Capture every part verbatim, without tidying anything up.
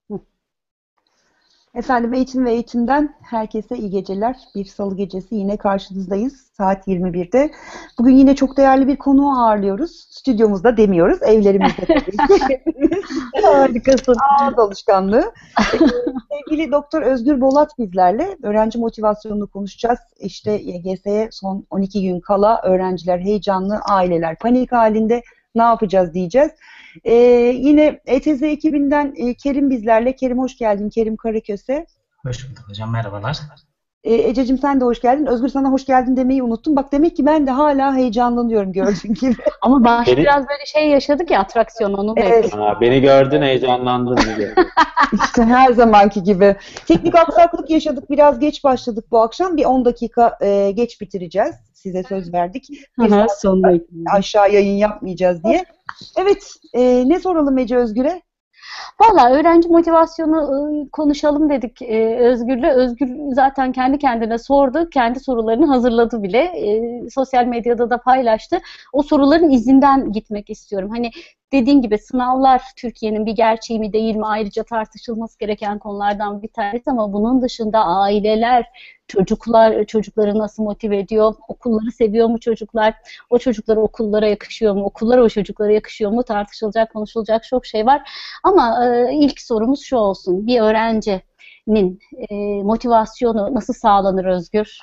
Efendim eğitim ve eğitimden herkese iyi geceler. Bir salı gecesi yine karşınızdayız saat yirmi birde. Bugün yine çok değerli bir konuğu ağırlıyoruz. Stüdyomuzda demiyoruz, evlerimizde tabii ki. Harikasın. Ağız alışkanlığı. Ee, sevgili Doktor Özgür Bolat bizlerle. Öğrenci motivasyonunu konuşacağız. İşte Y G S'ye son on iki gün kala öğrenciler heyecanlı, aileler panik halinde. Ne yapacağız diyeceğiz. Ee, yine E T Z ekibinden e, Kerim bizlerle. Kerim hoş geldin. Kerim Karaköse. Hoş bulduk hocam. Merhabalar. Ee, Ececiğim sen de hoş geldin. Özgür sana hoş geldin demeyi unuttum. Bak demek ki ben de hala heyecanlanıyorum gördüğün gibi. Ama başta Beni- biraz böyle şey yaşadık ya, atraksiyon, onu da Evet. yapıyoruz. Ha, beni gördün, heyecanlandın. Müge. İşte her zamanki gibi. Teknik aksaklık yaşadık. Biraz geç başladık bu akşam. Bir on dakika e, geç bitireceğiz. Size söz verdik. Bir Aha, saat sonunda. aşağı yayın yapmayacağız diye. Evet. e, ne soralım Ece Özgür'e? Valla öğrenci motivasyonu ıı, konuşalım dedik e, Özgür'le. Özgür zaten kendi kendine sordu. Kendi sorularını hazırladı bile. E, sosyal medyada da paylaştı. O soruların izinden gitmek istiyorum. Hani dediğin gibi sınavlar Türkiye'nin bir gerçeği mi değil mi, ayrıca tartışılması gereken konulardan bir tanesi, ama bunun dışında aileler, çocuklar, çocukları nasıl motive ediyor, okulları seviyor mu çocuklar, o çocuklar okullara yakışıyor mu, okullar o çocuklara yakışıyor mu, tartışılacak, konuşulacak çok şey var. Ama e, ilk sorumuz şu olsun: bir öğrencinin e, motivasyonu nasıl sağlanır Özgür?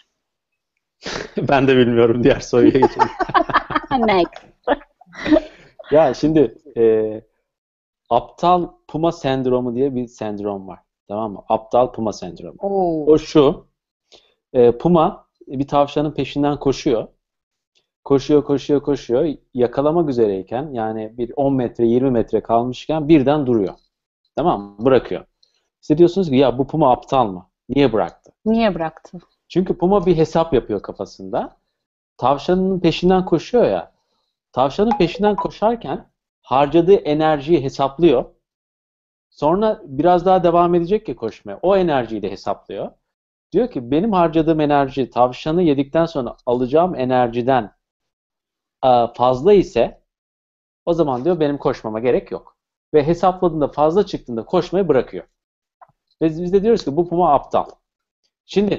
Ben de bilmiyorum, diğer soruya geçelim. Next. Ya şimdi e, aptal puma sendromu diye bir sendrom var. Tamam mı? Aptal puma sendromu. Oo. O şu: e, puma bir tavşanın peşinden koşuyor. Koşuyor, koşuyor, koşuyor. Yakalamak üzereyken, yani bir on metre, yirmi metre kalmışken birden duruyor. Tamam mı? Bırakıyor. Siz diyorsunuz ki ya bu puma aptal mı? Niye bıraktı? Niye bıraktın? Çünkü puma bir hesap yapıyor kafasında. Tavşanın peşinden koşuyor ya. Tavşanın peşinden koşarken harcadığı enerjiyi hesaplıyor. Sonra biraz daha devam edecek ki koşmaya. O enerjiyi de hesaplıyor. Diyor ki benim harcadığım enerji tavşanı yedikten sonra alacağım enerjiden e, fazla ise o zaman diyor benim koşmama gerek yok. Ve hesapladığında fazla çıktığında koşmayı bırakıyor. Ve biz de diyoruz ki bu puma aptal. Şimdi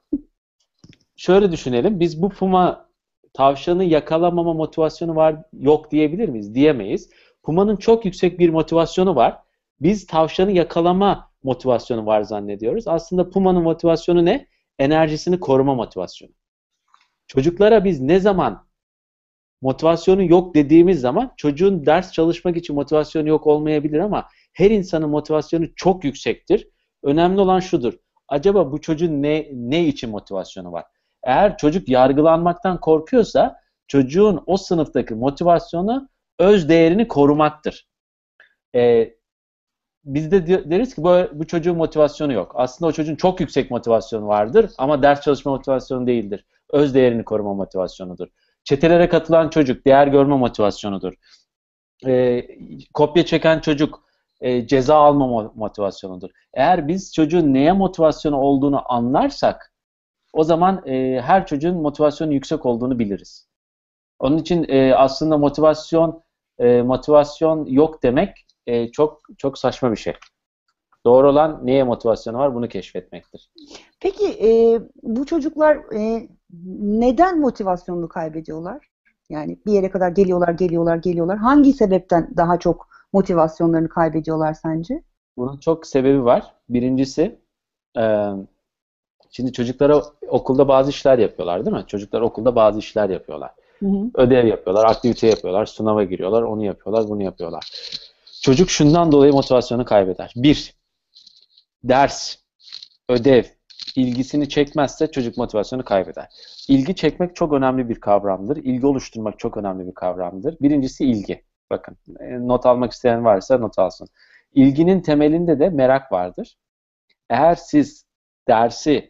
şöyle düşünelim. Biz bu puma tavşanı yakalamama motivasyonu var yok diyebilir miyiz? Diyemeyiz. Pumanın çok yüksek bir motivasyonu var. Biz tavşanı yakalama motivasyonu var zannediyoruz. Aslında pumanın motivasyonu ne? Enerjisini koruma motivasyonu. Çocuklara biz ne zaman motivasyonu yok dediğimiz zaman, çocuğun ders çalışmak için motivasyonu yok olmayabilir ama her insanın motivasyonu çok yüksektir. Önemli olan şudur: acaba bu çocuğun ne, ne için motivasyonu var? Eğer çocuk yargılanmaktan korkuyorsa, çocuğun o sınıftaki motivasyonu öz değerini korumaktır. Ee, biz de deriz ki bu, bu çocuğun motivasyonu yok. Aslında o çocuğun çok yüksek motivasyonu vardır ama ders çalışma motivasyonu değildir. Öz değerini koruma motivasyonudur. Çetelere katılan çocuk değer görme motivasyonudur. Ee, kopya çeken çocuk e, ceza alma motivasyonudur. Eğer biz çocuğun neye motivasyonu olduğunu anlarsak, o zaman e, her çocuğun motivasyonu yüksek olduğunu biliriz. Onun için e, aslında motivasyon e, motivasyon yok demek e, çok çok saçma bir şey. Doğru olan neye motivasyonu var, bunu keşfetmektir. Peki e, bu çocuklar e, neden motivasyonunu kaybediyorlar? Yani bir yere kadar geliyorlar, geliyorlar, geliyorlar. Hangi sebepten daha çok motivasyonlarını kaybediyorlar sence? Bunun çok sebebi var. Birincisi, e, şimdi çocuklara okulda bazı işler yapıyorlar, değil mi? Çocuklar okulda bazı işler yapıyorlar. Hı hı. Ödev yapıyorlar, aktivite yapıyorlar, sınava giriyorlar, onu yapıyorlar, bunu yapıyorlar. Çocuk şundan dolayı motivasyonu kaybeder. Bir, ders, ödev, ilgisini çekmezse çocuk motivasyonu kaybeder. İlgi çekmek çok önemli bir kavramdır. İlgi oluşturmak çok önemli bir kavramdır. Birincisi ilgi. Bakın, not almak isteyen varsa not alsın. İlginin temelinde de merak vardır. Eğer siz dersi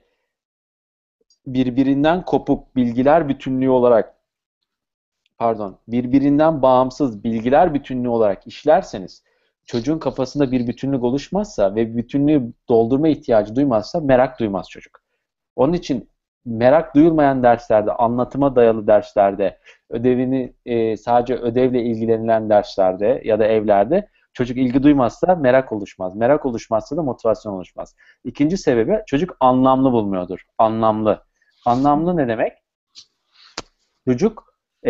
birbirinden kopuk bilgiler bütünlüğü olarak, pardon, birbirinden bağımsız bilgiler bütünlüğü olarak işlerseniz, çocuğun kafasında bir bütünlük oluşmazsa ve bütünlüğü doldurma ihtiyacı duymazsa merak duymaz çocuk. Onun için merak duyulmayan derslerde, anlatıma dayalı derslerde, ödevini e, sadece ödevle ilgilenilen derslerde ya da evlerde Çocuk ilgi duymazsa merak oluşmaz. Merak oluşmazsa da motivasyon oluşmaz. İkinci sebebi çocuk anlamlı bulmuyordur. Anlamlı. Anlamlı ne demek? Çocuk e,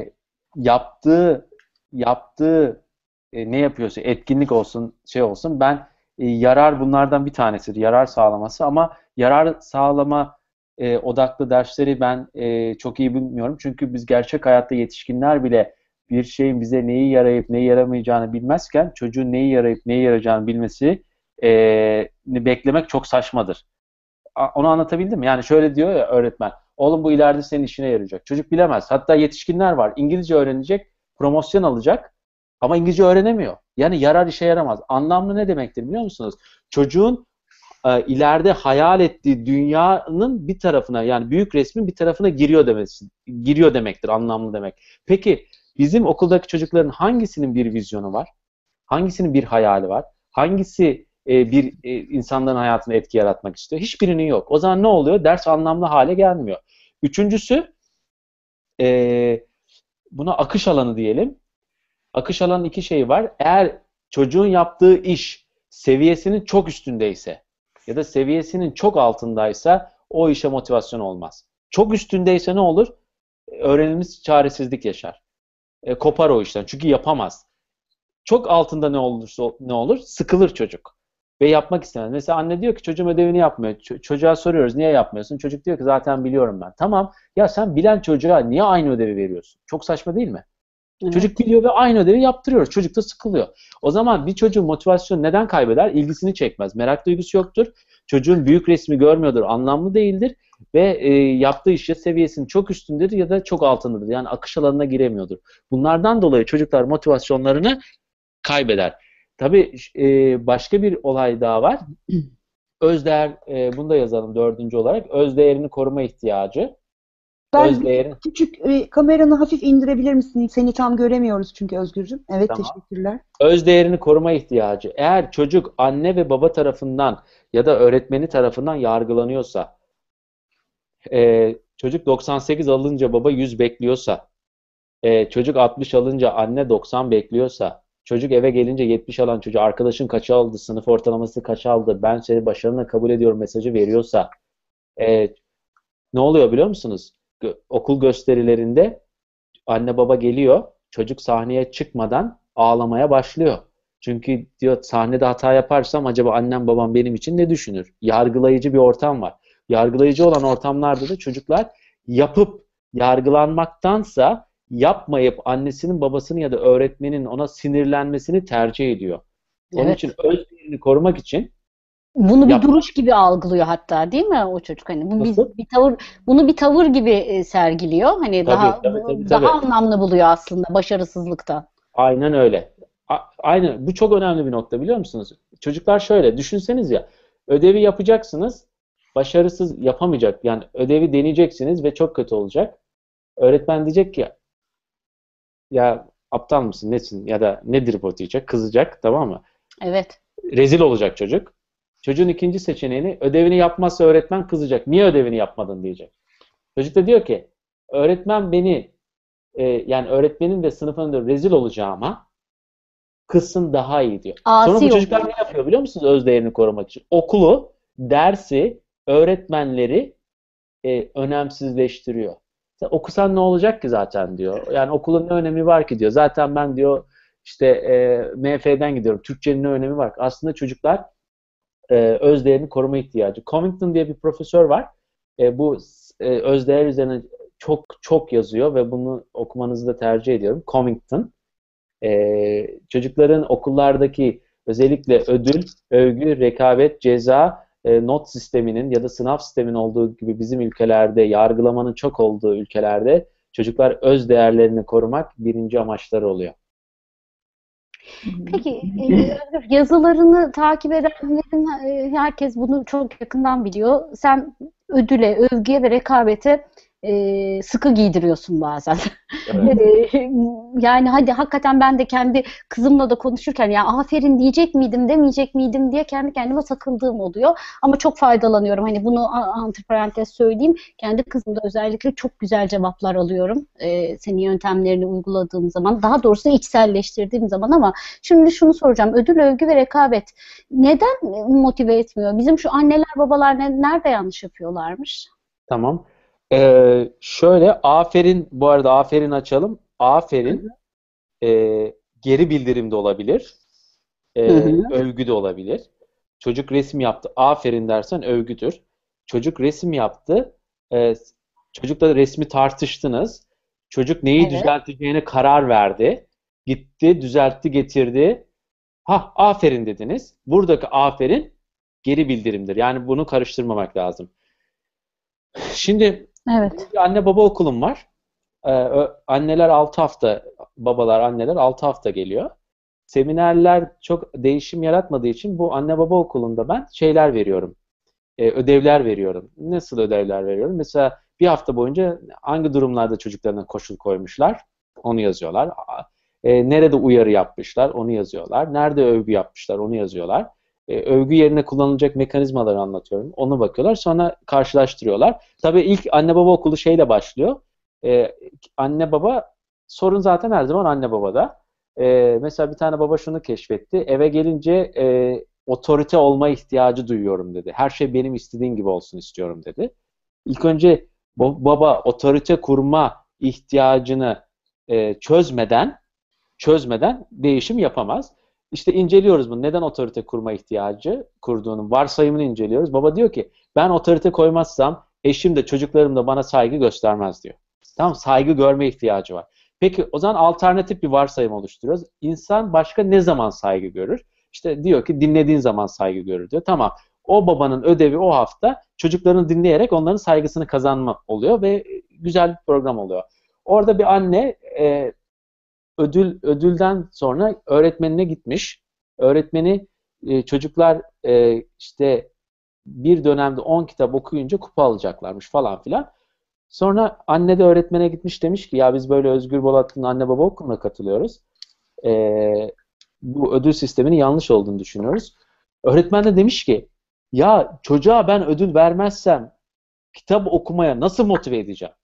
yaptığı yaptığı e, ne yapıyorsa etkinlik olsun şey olsun ben e, yarar bunlardan bir tanesidir. Yarar sağlaması ama yarar sağlama e, odaklı dersleri ben e, çok iyi bilmiyorum. Çünkü biz gerçek hayatta yetişkinler bile bir şeyin bize neyi yarayıp neyi yaramayacağını bilmezken çocuğun neyi yarayıp neyi yarayacağını bilmesi e, beklemek çok saçmadır. A, onu anlatabildim mi? Yani şöyle diyor ya öğretmen. Oğlum bu ileride senin işine yarayacak. Çocuk bilemez. Hatta yetişkinler var. İngilizce öğrenecek, promosyon alacak ama İngilizce öğrenemiyor. Yani yarar işe yaramaz. Anlamlı ne demektir biliyor musunuz? Çocuğun e, ileride hayal ettiği dünyanın bir tarafına yani büyük resmin bir tarafına giriyor demesi, giriyor demektir anlamlı demek. Peki bizim okuldaki çocukların hangisinin bir vizyonu var? Hangisinin bir hayali var? Hangisi e, bir e, insanların hayatına etki yaratmak istiyor? Hiçbirinin yok. O zaman ne oluyor? Ders anlamlı hale gelmiyor. Üçüncüsü e, buna akış alanı diyelim. Akış alanının iki şeyi var. Eğer çocuğun yaptığı iş seviyesinin çok üstündeyse ya da seviyesinin çok altındaysa o işe motivasyon olmaz. Çok üstündeyse ne olur? Öğrenilmiş çaresizlik yaşar. E, kopar o işten. Çünkü yapamaz. Çok altında ne olursa ne olur? Sıkılır çocuk. Ve yapmak istemez. Mesela anne diyor ki çocuğum ödevini yapmıyor. Ç- çocuğa soruyoruz niye yapmıyorsun? Çocuk diyor ki zaten biliyorum ben. Tamam. Ya sen bilen çocuğa niye aynı ödevi veriyorsun? Çok saçma değil mi? Evet. Çocuk biliyor ve aynı ödevi yaptırıyoruz. Çocuk da sıkılıyor. O zaman bir çocuğun motivasyonu neden kaybeder? İlgisini çekmez. Merak duygusu yoktur. Çocuğun büyük resmi görmüyordur. Anlamlı değildir. Ve e, yaptığı iş ya seviyesinin çok üstündedir ya da çok altındadır. Yani akış alanına giremiyordur. Bunlardan dolayı çocuklar motivasyonlarını kaybeder. Tabii e, başka bir olay daha var. Özdeğer, e, bunu da yazalım dördüncü olarak. Özdeğerini koruma ihtiyacı. Ben Özdeğerini... küçük e, kameranı hafif indirebilir misin? Seni tam göremiyoruz çünkü Özgürcüğüm. Evet, Tamam. teşekkürler. Özdeğerini koruma ihtiyacı. Eğer çocuk anne ve baba tarafından ya da öğretmeni tarafından yargılanıyorsa, e, çocuk doksan sekiz alınca baba yüz bekliyorsa, e, çocuk altmış alınca anne doksan bekliyorsa, çocuk eve gelince yetmiş alan çocuğu arkadaşın kaç aldı, sınıf ortalaması kaç aldı, ben seni başarına kabul ediyorum mesajı veriyorsa e, ne oluyor biliyor musunuz? Gö- okul gösterilerinde anne baba geliyor, çocuk sahneye çıkmadan ağlamaya başlıyor. Çünkü diyor sahnede hata yaparsam acaba annem babam benim için ne düşünür? Yargılayıcı bir ortam var. Yargılayıcı olan ortamlarda da çocuklar yapıp yargılanmaktansa yapmayıp annesinin babasının ya da öğretmenin ona sinirlenmesini tercih ediyor. Onun Evet. için öz değerini korumak için Bunu bir Yap- duruş gibi algılıyor hatta değil mi o çocuk hani bunu bir, Nasıl? bir tavır bunu bir tavır gibi e, sergiliyor. Hani Tabii, daha tabii, tabii, daha tabii. anlamlı buluyor aslında başarısızlıkta. Aynen öyle. A- aynen. Bu çok önemli bir nokta biliyor musunuz? Çocuklar şöyle, düşünseniz ya, ödevi yapacaksınız, başarısız yapamayacak. Yani ödevi deneyeceksiniz ve çok kötü olacak. Öğretmen diyecek ki, ya aptal mısın, nesin ya da nedir bu diyecek, kızacak, tamam mı? Evet. Rezil olacak çocuk. Çocuğun ikinci seçeneğini, ödevini yapmazsa öğretmen kızacak. Niye ödevini yapmadın diyecek. Çocuk da diyor ki, öğretmen beni e, yani öğretmenin ve sınıfın da rezil olacağıma kızsın daha iyi diyor. Asi Sonra bu çocuklar oluyor. ne yapıyor biliyor musunuz öz değerini korumak için? Okulu, dersi, öğretmenleri e, önemsizleştiriyor. Sen okusan ne olacak ki zaten diyor. Yani okulun ne önemi var ki diyor. Zaten ben diyor işte e, M F'den gidiyorum. Türkçenin ne önemi var ki? Aslında çocuklar e, öz değerini koruma ihtiyacı. Covington diye bir profesör var. E, bu e, öz değer üzerine çok çok yazıyor ve bunu okumanızı da tercih ediyorum. Covington. E, çocukların okullardaki özellikle ödül, övgü, rekabet, ceza, e, not sisteminin ya da sınav sisteminin olduğu gibi bizim ülkelerde yargılamanın çok olduğu ülkelerde çocuklar öz değerlerini korumak birinci amaçları oluyor. Peki e, Özgür, yazılarını takip edenlerin e, herkes bunu çok yakından biliyor. Sen ödüle, övgüye ve rekabete e, sıkı giydiriyorsun bazen. Evet. E, yani hadi hakikaten ben de kendi kızımla da konuşurken ya aferin diyecek miydim demeyecek miydim diye kendi kendime takıldığım oluyor. Ama çok faydalanıyorum. Hani bunu a- antiparantez söyleyeyim. Kendi kızımda özellikle çok güzel cevaplar alıyorum. E, senin yöntemlerini uyguladığım zaman. Daha doğrusu içselleştirdiğim zaman ama şimdi şunu soracağım. Ödül, övgü ve rekabet neden motive etmiyor? Bizim şu anneler babalar ne, nerede yanlış yapıyorlarmış? Tamam. Ee, şöyle aferin, bu arada aferin açalım. Aferin e, geri bildirim de olabilir. E, Hı hı. övgü de olabilir. Çocuk resim yaptı. Aferin dersen övgüdür. Çocuk resim yaptı. E, çocukla resmi tartıştınız. Çocuk neyi Evet. düzelteceğine karar verdi. Gitti, düzeltti, getirdi. Ha, aferin dediniz. Buradaki aferin geri bildirimdir. Yani bunu karıştırmamak lazım. Şimdi Evet. bir anne baba okulum var. Ee, ö- anneler altı hafta, babalar, anneler altı hafta geliyor. Seminerler çok değişim yaratmadığı için bu anne baba okulunda ben şeyler veriyorum. Ee, ödevler veriyorum. Nasıl ödevler veriyorum? Mesela bir hafta boyunca hangi durumlarda çocuklarına koşul koymuşlar? Onu yazıyorlar. A- e, nerede uyarı yapmışlar? Onu yazıyorlar. Nerede övgü yapmışlar? Onu yazıyorlar. E, övgü yerine kullanılacak mekanizmaları anlatıyorum. Onu bakıyorlar. Sonra karşılaştırıyorlar. Tabii ilk anne baba okulu şeyle başlıyor. E, anne baba sorun zaten her zaman anne babada. E, mesela bir tane baba şunu keşfetti. Eve gelince e, otorite olma ihtiyacı duyuyorum dedi. Her şey benim istediğim gibi olsun istiyorum dedi. İlk önce baba otorite kurma ihtiyacını e, çözmeden çözmeden değişim yapamaz. İşte inceliyoruz bunu. Neden otorite kurma ihtiyacı kurduğunun varsayımını inceliyoruz. Baba diyor ki ben otorite koymazsam eşim de çocuklarım da bana saygı göstermez diyor. Tamam, saygı görme ihtiyacı var. Peki o zaman alternatif bir varsayım oluşturuyoruz. İnsan başka ne zaman saygı görür? İşte diyor ki dinlediğin zaman saygı görür diyor. Tamam. O babanın ödevi o hafta çocuklarını dinleyerek onların saygısını kazanma oluyor ve güzel bir program oluyor. Orada bir anne e, ödül ödülden sonra öğretmenine gitmiş. Öğretmeni e, çocuklar e, işte bir dönemde on kitap okuyunca kupa alacaklarmış falan filan. Sonra anne de öğretmene gitmiş, demiş ki ya biz böyle Özgür Bolat'ın anne baba okuluna katılıyoruz. E, bu ödül sisteminin yanlış olduğunu düşünüyoruz. Öğretmen de demiş ki ya çocuğa ben ödül vermezsem kitap okumaya nasıl motive edeceğim?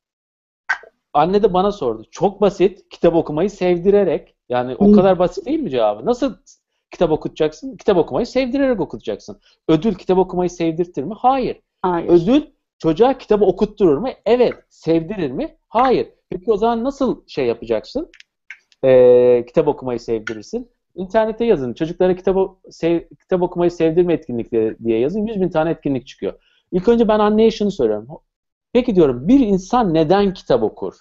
Anne de bana sordu. Çok basit. Kitap okumayı sevdirerek. Yani o kadar basit değil mi cevabı? Nasıl kitap okutacaksın? Kitap okumayı sevdirerek okutacaksın. Ödül kitap okumayı sevdirtir mi? Hayır. Hayır. Ödül çocuğa kitabı okutturur mu? Evet. Sevdirir mi? Hayır. Peki o zaman nasıl şey yapacaksın? Ee, kitap okumayı sevdirirsin. İnternete yazın. Çocuklara kitabı sev, kitap okumayı sevdirme etkinlikleri diye yazın. yüz bin tane etkinlik çıkıyor. İlk önce ben anneye şunu soruyorum. Peki diyorum, bir insan neden kitap okur?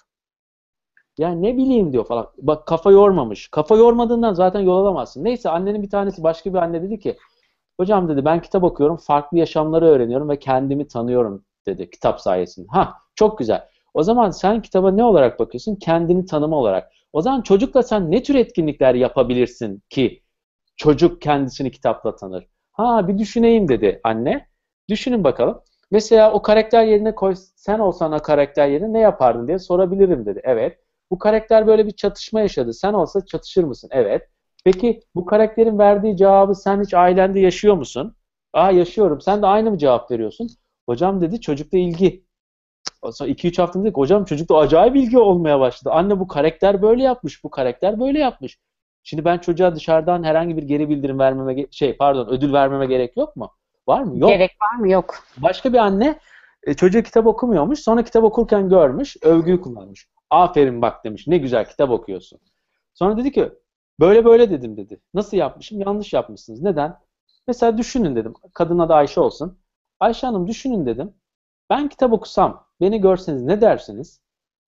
Yani ne bileyim diyor falan. Bak kafa yormamış. Kafa yormadığından zaten yol alamazsın. Neyse annenin bir tanesi, başka bir anne dedi ki hocam dedi ben kitap okuyorum, farklı yaşamları öğreniyorum ve kendimi tanıyorum dedi kitap sayesinde. Ha çok güzel. O zaman sen kitaba ne olarak bakıyorsun? Kendini tanıma olarak. O zaman çocukla sen ne tür etkinlikler yapabilirsin ki çocuk kendisini kitapla tanır? Ha bir düşüneyim dedi anne. Düşünün bakalım. Mesela o karakter yerine koy, sen olsan o karakter yerine ne yapardın diye sorabilirim dedi. Evet. Bu karakter böyle bir çatışma yaşadı. Sen olsa çatışır mısın? Evet. Peki bu karakterin verdiği cevabı sen hiç ailende yaşıyor musun? Aa yaşıyorum. Sen de aynı mı cevap veriyorsun? Hocam dedi çocukta ilgi. Sonra iki üç hafta dedik hocam çocukta acayip ilgi olmaya başladı. Anne bu karakter böyle yapmış, bu karakter böyle yapmış. Şimdi ben çocuğa dışarıdan herhangi bir geri bildirim vermeme, şey pardon ödül vermeme gerek yok mu? Var mı? Yok. Gerek var mı? Yok. Başka bir anne e, çocuğa kitap okumuyormuş. Sonra kitap okurken görmüş, övgüyü kullanmış. Aferin bak demiş, ne güzel kitap okuyorsun. Sonra dedi ki, böyle böyle dedim dedi. Nasıl yapmışım? Yanlış yapmışsınız. Neden? Mesela düşünün dedim. Kadın adı Ayşe olsun. Ayşe Hanım düşünün dedim. Ben kitap okusam, beni görseniz ne dersiniz?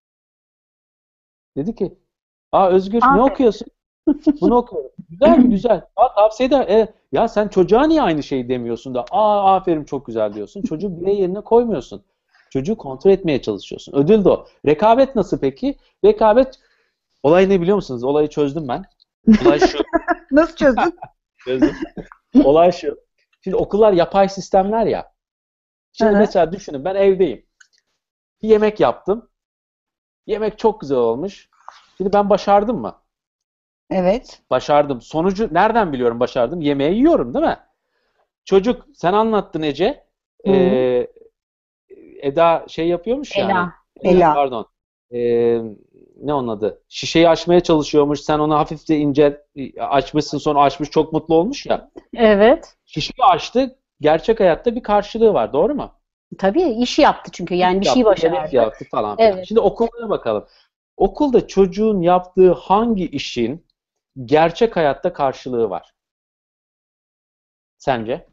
Dedi ki, aa Özgür ne Aferin. okuyorsun? Bunu okuyorum. Güzel mi? Güzel. Aa, tavsiye eder. E, ya sen çocuğa niye aynı şeyi demiyorsun da aa aferin çok güzel diyorsun. Çocuğu birey yerine koymuyorsun. Çocuğu kontrol etmeye çalışıyorsun. Ödül de o. Rekabet nasıl peki? Rekabet, olay ne biliyor musunuz? Olayı çözdüm ben. Olay şu. Nasıl çözdün? Çözdüm. Olay şu. Şimdi okullar yapay sistemler ya. Şimdi Hı hı. mesela düşünün ben evdeyim. Bir yemek yaptım. Yemek çok güzel olmuş. Şimdi ben başardım mı? Evet. Başardım. Sonucu nereden biliyorum başardım? Yemeği yiyorum değil mi? Çocuk, sen anlattın Ece. Hı. Ee, Eda şey yapıyormuş yani. Ela. Ela. Pardon. Ee, ne onun adı? Şişeyi açmaya çalışıyormuş. Sen onu hafifçe ince açmışsın, sonra açmış, çok mutlu olmuş ya. Evet. Şişeyi açtı. Gerçek hayatta bir karşılığı var. Doğru mu? Tabii iş yaptı çünkü yani bir şey Yaptı, yemek başardı. yaptı falan filan. Evet. Şimdi okullara bakalım. Okulda çocuğun yaptığı hangi işin gerçek hayatta karşılığı var? Sence?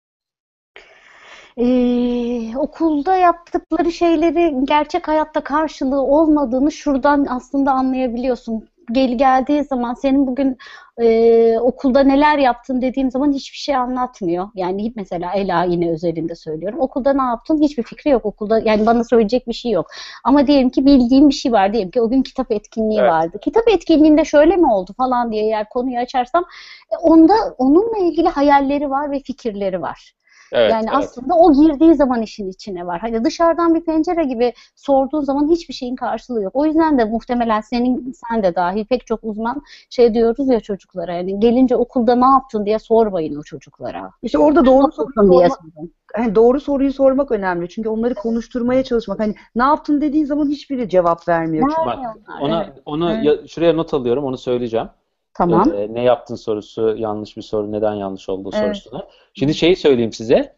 Ee, okulda yaptıkları şeyleri gerçek hayatta karşılığı olmadığını şuradan aslında anlayabiliyorsun. Gel geldiği zaman senin bugün e, okulda neler yaptın dediğim zaman hiçbir şey anlatmıyor. Yani mesela Ela yine özelinde söylüyorum. Okulda ne yaptın? Hiçbir fikri yok. Okulda yani bana söyleyecek bir şey yok. Ama diyelim ki bildiğim bir şey var. Diyelim ki o gün kitap etkinliği Evet. vardı. Kitap etkinliğinde şöyle mi oldu falan diye eğer konuyu açarsam e, onda onunla ilgili hayalleri var ve fikirleri var. Evet, Yani evet. aslında o girdiği zaman işin içine var. Hani dışarıdan bir pencere gibi sorduğun zaman hiçbir şeyin karşılığı yok. O yüzden de muhtemelen senin, sen de dahil pek çok uzman şey diyoruz ya çocuklara. Yani gelince okulda ne yaptın diye sormayın o çocuklara. İşte orada doğru soruyu Nasılsın diye sormak, sorun. hani doğru soruyu sormak önemli. Çünkü onları konuşturmaya çalışmak. Hani ne yaptın dediğin zaman hiçbiri cevap vermiyor çünkü. Bak, Vermiyorlar. ona Evet. onu Evet. ya- şuraya not alıyorum, onu söyleyeceğim. Tamam. Ee, ne yaptın sorusu yanlış bir soru, neden yanlış olduğu Evet. sorusuna. Şimdi şeyi söyleyeyim size.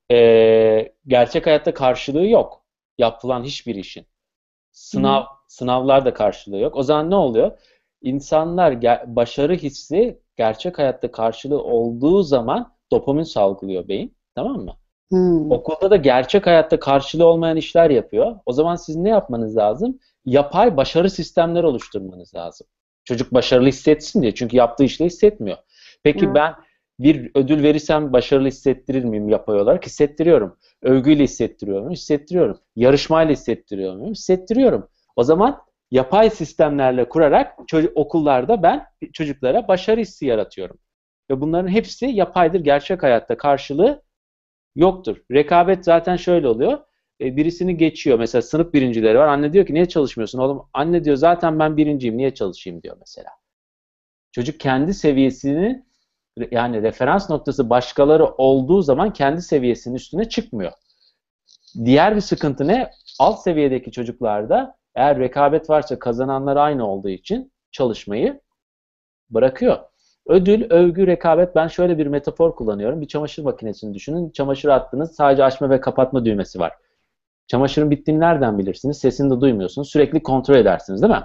Ee, gerçek hayatta karşılığı yok. Yapılan hiçbir işin. Sınav, sınavlar da karşılığı yok. O zaman ne oluyor? İnsanlar ge- başarı hissi gerçek hayatta karşılığı olduğu zaman dopamin salgılıyor beyin. Tamam mı? Hmm. Okulda da gerçek hayatta karşılığı olmayan işler yapıyor. O zaman siz ne yapmanız lazım? Yapay başarı sistemleri oluşturmanız lazım. Çocuk başarılı hissetsin diye. Çünkü yaptığı işle hissetmiyor. Peki Evet. ben bir ödül verirsem başarılı hissettirir miyim yapay olarak? Hissettiriyorum. Övgüyle hissettiriyor muyum? Hissettiriyorum. Yarışmayla hissettiriyor muyum? Hissettiriyorum. O zaman yapay sistemlerle kurarak çocuk, okullarda ben çocuklara başarı hissi yaratıyorum. Ve bunların hepsi yapaydır. Gerçek hayatta karşılığı yoktur. Rekabet zaten şöyle oluyor. E, birisini geçiyor. Mesela sınıf birincileri var. Anne diyor ki niye çalışmıyorsun oğlum? Anne diyor zaten ben birinciyim. Niye çalışayım diyor mesela. Çocuk kendi seviyesini, yani referans noktası başkaları olduğu zaman kendi seviyesinin üstüne çıkmıyor. Diğer bir sıkıntı ne? Alt seviyedeki çocuklarda eğer rekabet varsa kazananlar aynı olduğu için çalışmayı bırakıyor. Ödül, övgü, rekabet, ben şöyle bir metafor kullanıyorum. Bir çamaşır makinesini düşünün. Çamaşır attınız, sadece açma ve kapatma düğmesi var. Çamaşırın bittiğini nereden bilirsiniz? Sesini de duymuyorsunuz. Sürekli kontrol edersiniz değil mi?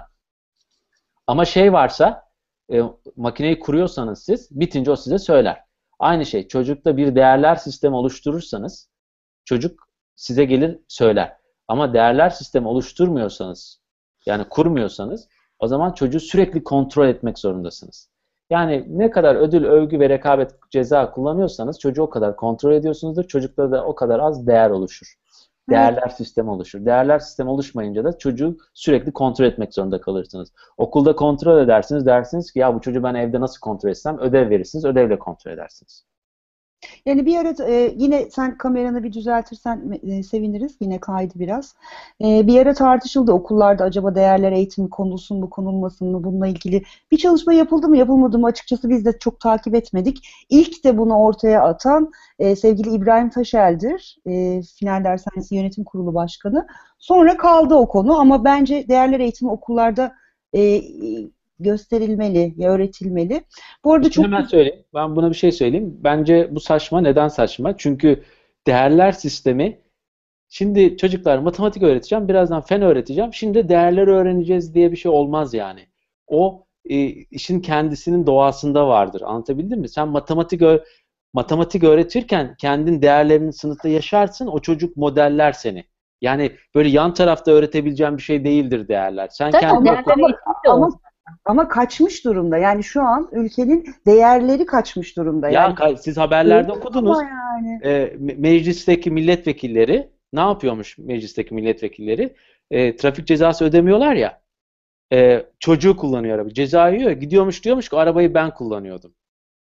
Ama şey varsa, e, makineyi kuruyorsanız siz, bitince o size söyler. Aynı şey, çocukta bir değerler sistemi oluşturursanız, çocuk size gelir söyler. Ama değerler sistemi oluşturmuyorsanız, yani kurmuyorsanız, o zaman çocuğu sürekli kontrol etmek zorundasınız. Yani ne kadar ödül, övgü ve rekabet, ceza kullanıyorsanız çocuğu o kadar kontrol ediyorsunuzdur. Çocukta da o kadar az değer oluşur. Değerler sistemi oluşur. Değerler sistemi oluşmayınca da çocuğu sürekli kontrol etmek zorunda kalırsınız. Okulda kontrol edersiniz. Dersiniz ki ya bu çocuğu ben evde nasıl kontrol etsem? Ödev verirsiniz. Ödevle kontrol edersiniz. Yani bir ara e, yine sen kameranı bir düzeltirsen e, seviniriz. Yine kaydı biraz. E, bir ara tartışıldı okullarda acaba değerler eğitimi konulsun mu konulmasın mı bununla ilgili bir çalışma yapıldı mı yapılmadı mı açıkçası biz de çok takip etmedik. İlk de bunu ortaya atan e, sevgili İbrahim Taşel'dir. E, Final Dershanesi Yönetim Kurulu Başkanı. Sonra kaldı o konu ama bence değerler eğitimi okullarda e, gösterilmeli, ya öğretilmeli. Bu arada Şimdi çok hemen söyleyeyim. Ben buna bir şey söyleyeyim. Bence bu saçma. Neden saçma? Çünkü değerler sistemi, şimdi çocuklar matematik öğreteceğim, birazdan fen öğreteceğim. Şimdi değerleri öğreneceğiz diye bir şey olmaz yani. O e, işin kendisinin doğasında vardır. Anlatabildim mi? Sen matematik ö- matematik öğretirken kendin değerlerini sınıfta yaşarsın. O çocuk modeller seni. Yani böyle yan tarafta öğretebileceğin bir şey değildir değerler. Sen Tabii kendin değerler ama, eğitimi de ama o. Ama kaçmış durumda. Yani şu an ülkenin değerleri kaçmış durumda. ya Yani ka- siz haberlerde okudunuz. ama yani. E, me- meclisteki milletvekilleri ne yapıyormuş meclisteki milletvekilleri? E, trafik cezası ödemiyorlar ya. E, çocuğu kullanıyor araba. Ceza yiyor. Gidiyormuş diyormuş ki arabayı ben kullanıyordum.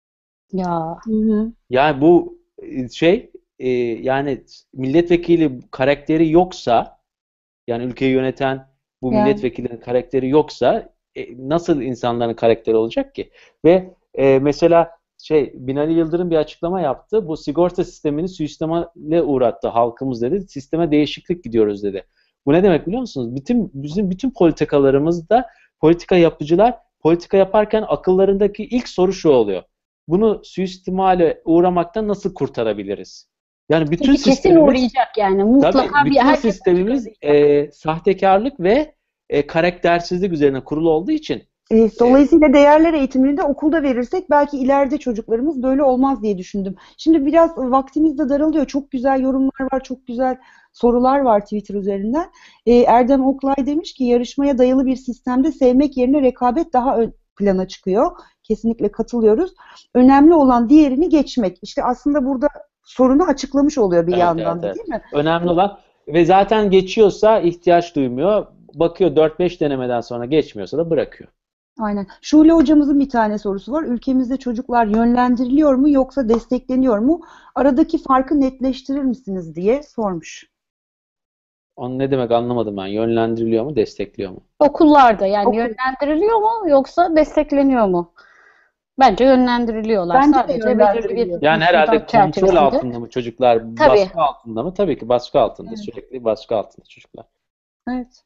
Ya. Hı hı. Yani bu e, şey e, yani milletvekili karakteri yoksa, Yani ülkeyi yöneten bu Yani. milletvekillerinin karakteri yoksa e, nasıl insanların karakteri olacak ki? Ve e, mesela şey Binali Yıldırım bir açıklama yaptı. Bu sigorta sistemini suistimale uğrattı halkımız dedi. Sisteme değişiklik gidiyoruz dedi. Bu ne demek biliyor musunuz? Bütün bizim bütün politikalarımızda politika yapıcılar politika yaparken akıllarındaki ilk soru şu oluyor. Bunu suistimale uğramaktan nasıl kurtarabiliriz? Yani bütün Peki kesin sistemimiz, uğrayacak yani. Mutlaka tabii bir bütün herkes sistemimiz e, sahtekarlık ve e, karaktersizlik üzerine kurulu olduğu için E, dolayısıyla değerler eğitimini de okulda verirsek belki ileride çocuklarımız böyle olmaz diye düşündüm. Şimdi biraz vaktimiz de daralıyor. Çok güzel yorumlar var, çok güzel sorular var Twitter üzerinden. E, Erdem Oklay demiş ki yarışmaya dayalı bir sistemde sevmek yerine rekabet daha ön plana çıkıyor. Kesinlikle katılıyoruz. Önemli olan diğerini geçmek. İşte aslında burada sorunu açıklamış oluyor bir evet, yandan evet, da evet. değil mi? Önemli olan ve zaten geçiyorsa ihtiyaç duymuyor. Bakıyor dört beş denemeden sonra geçmiyorsa da bırakıyor. Aynen. Şule hocamızın bir tane sorusu var. Ülkemizde çocuklar yönlendiriliyor mu yoksa destekleniyor mu? Aradaki farkı netleştirir misiniz diye sormuş. Onun ne demek anlamadım ben. Yönlendiriliyor mu, destekliyor mu? Okullarda yani Okul. yönlendiriliyor mu yoksa destekleniyor mu? Bence yönlendiriliyorlar. Bence de Sadece belirli yönlendiriliyor. bir Yani herhalde müfredat kontrol çerçevesinde. altında mı çocuklar, Tabii. baskı altında mı? Tabii ki baskı altında. Evet. Sürekli baskı altında çocuklar. Evet.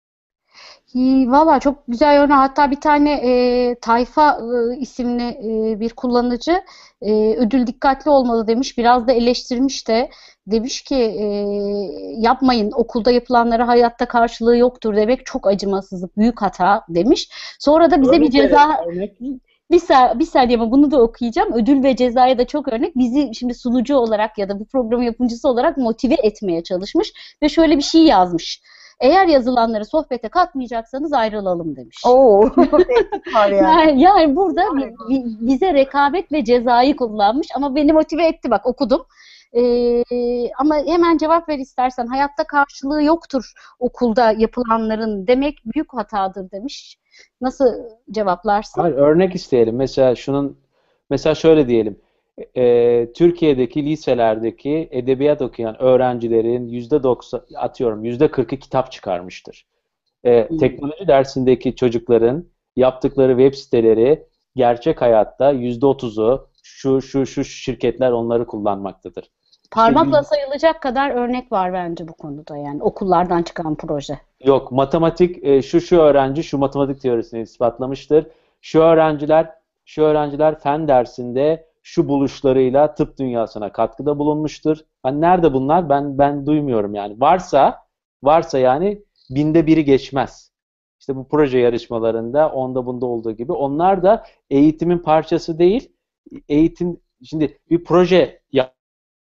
İyi, valla çok güzel örnek. Hatta bir tane e, Tayfa e, isimli e, bir kullanıcı e, ödül dikkatli olmalı demiş. Biraz da eleştirmiş de. Demiş ki e, yapmayın, okulda yapılanlara hayatta karşılığı yoktur demek çok acımasızlık, büyük hata demiş. Sonra da bize bir Örnek ceza... verelim, örnek. Bir, sa bir saniye ama bunu da okuyacağım. Ödül ve cezaya da çok örnek. Bizi şimdi sunucu olarak ya da bu programın yapımcısı olarak motive etmeye çalışmış ve şöyle bir şey yazmış. Eğer yazılanları sohbete katmayacaksanız ayrılalım demiş. Oo, tehdit var yani. Yani, yani burada bi- bi- bize rekabet ve cezayı kullanmış ama beni motive etti, bak okudum. Ee, ama hemen cevap ver istersen. Hayatta karşılığı yoktur okulda yapılanların demek büyük hatadır demiş. Nasıl cevaplarsın? Hayır, örnek isteyelim. Mesela şunun, mesela şöyle diyelim. E, Türkiye'deki liselerdeki edebiyat okuyan öğrencilerin yüzde doksan, atıyorum yüzde kırkı kitap çıkarmıştır. E, Hmm. teknoloji dersindeki çocukların yaptıkları web siteleri gerçek hayatta yüzde otuzu şu şu şu şirketler onları kullanmaktadır. Parmakla İşte sayılacak kadar örnek var bence bu konuda, yani okullardan çıkan proje. yok, matematik e, şu şu öğrenci şu matematik teorisini ispatlamıştır. Şu öğrenciler şu öğrenciler fen dersinde şu buluşlarıyla tıp dünyasına katkıda bulunmuştur. Hani nerede bunlar? Ben ben duymuyorum yani. Varsa varsa yani binde biri geçmez. İşte bu proje yarışmalarında onda bunda olduğu gibi onlar da eğitimin parçası değil. Eğitim, şimdi bir proje yap,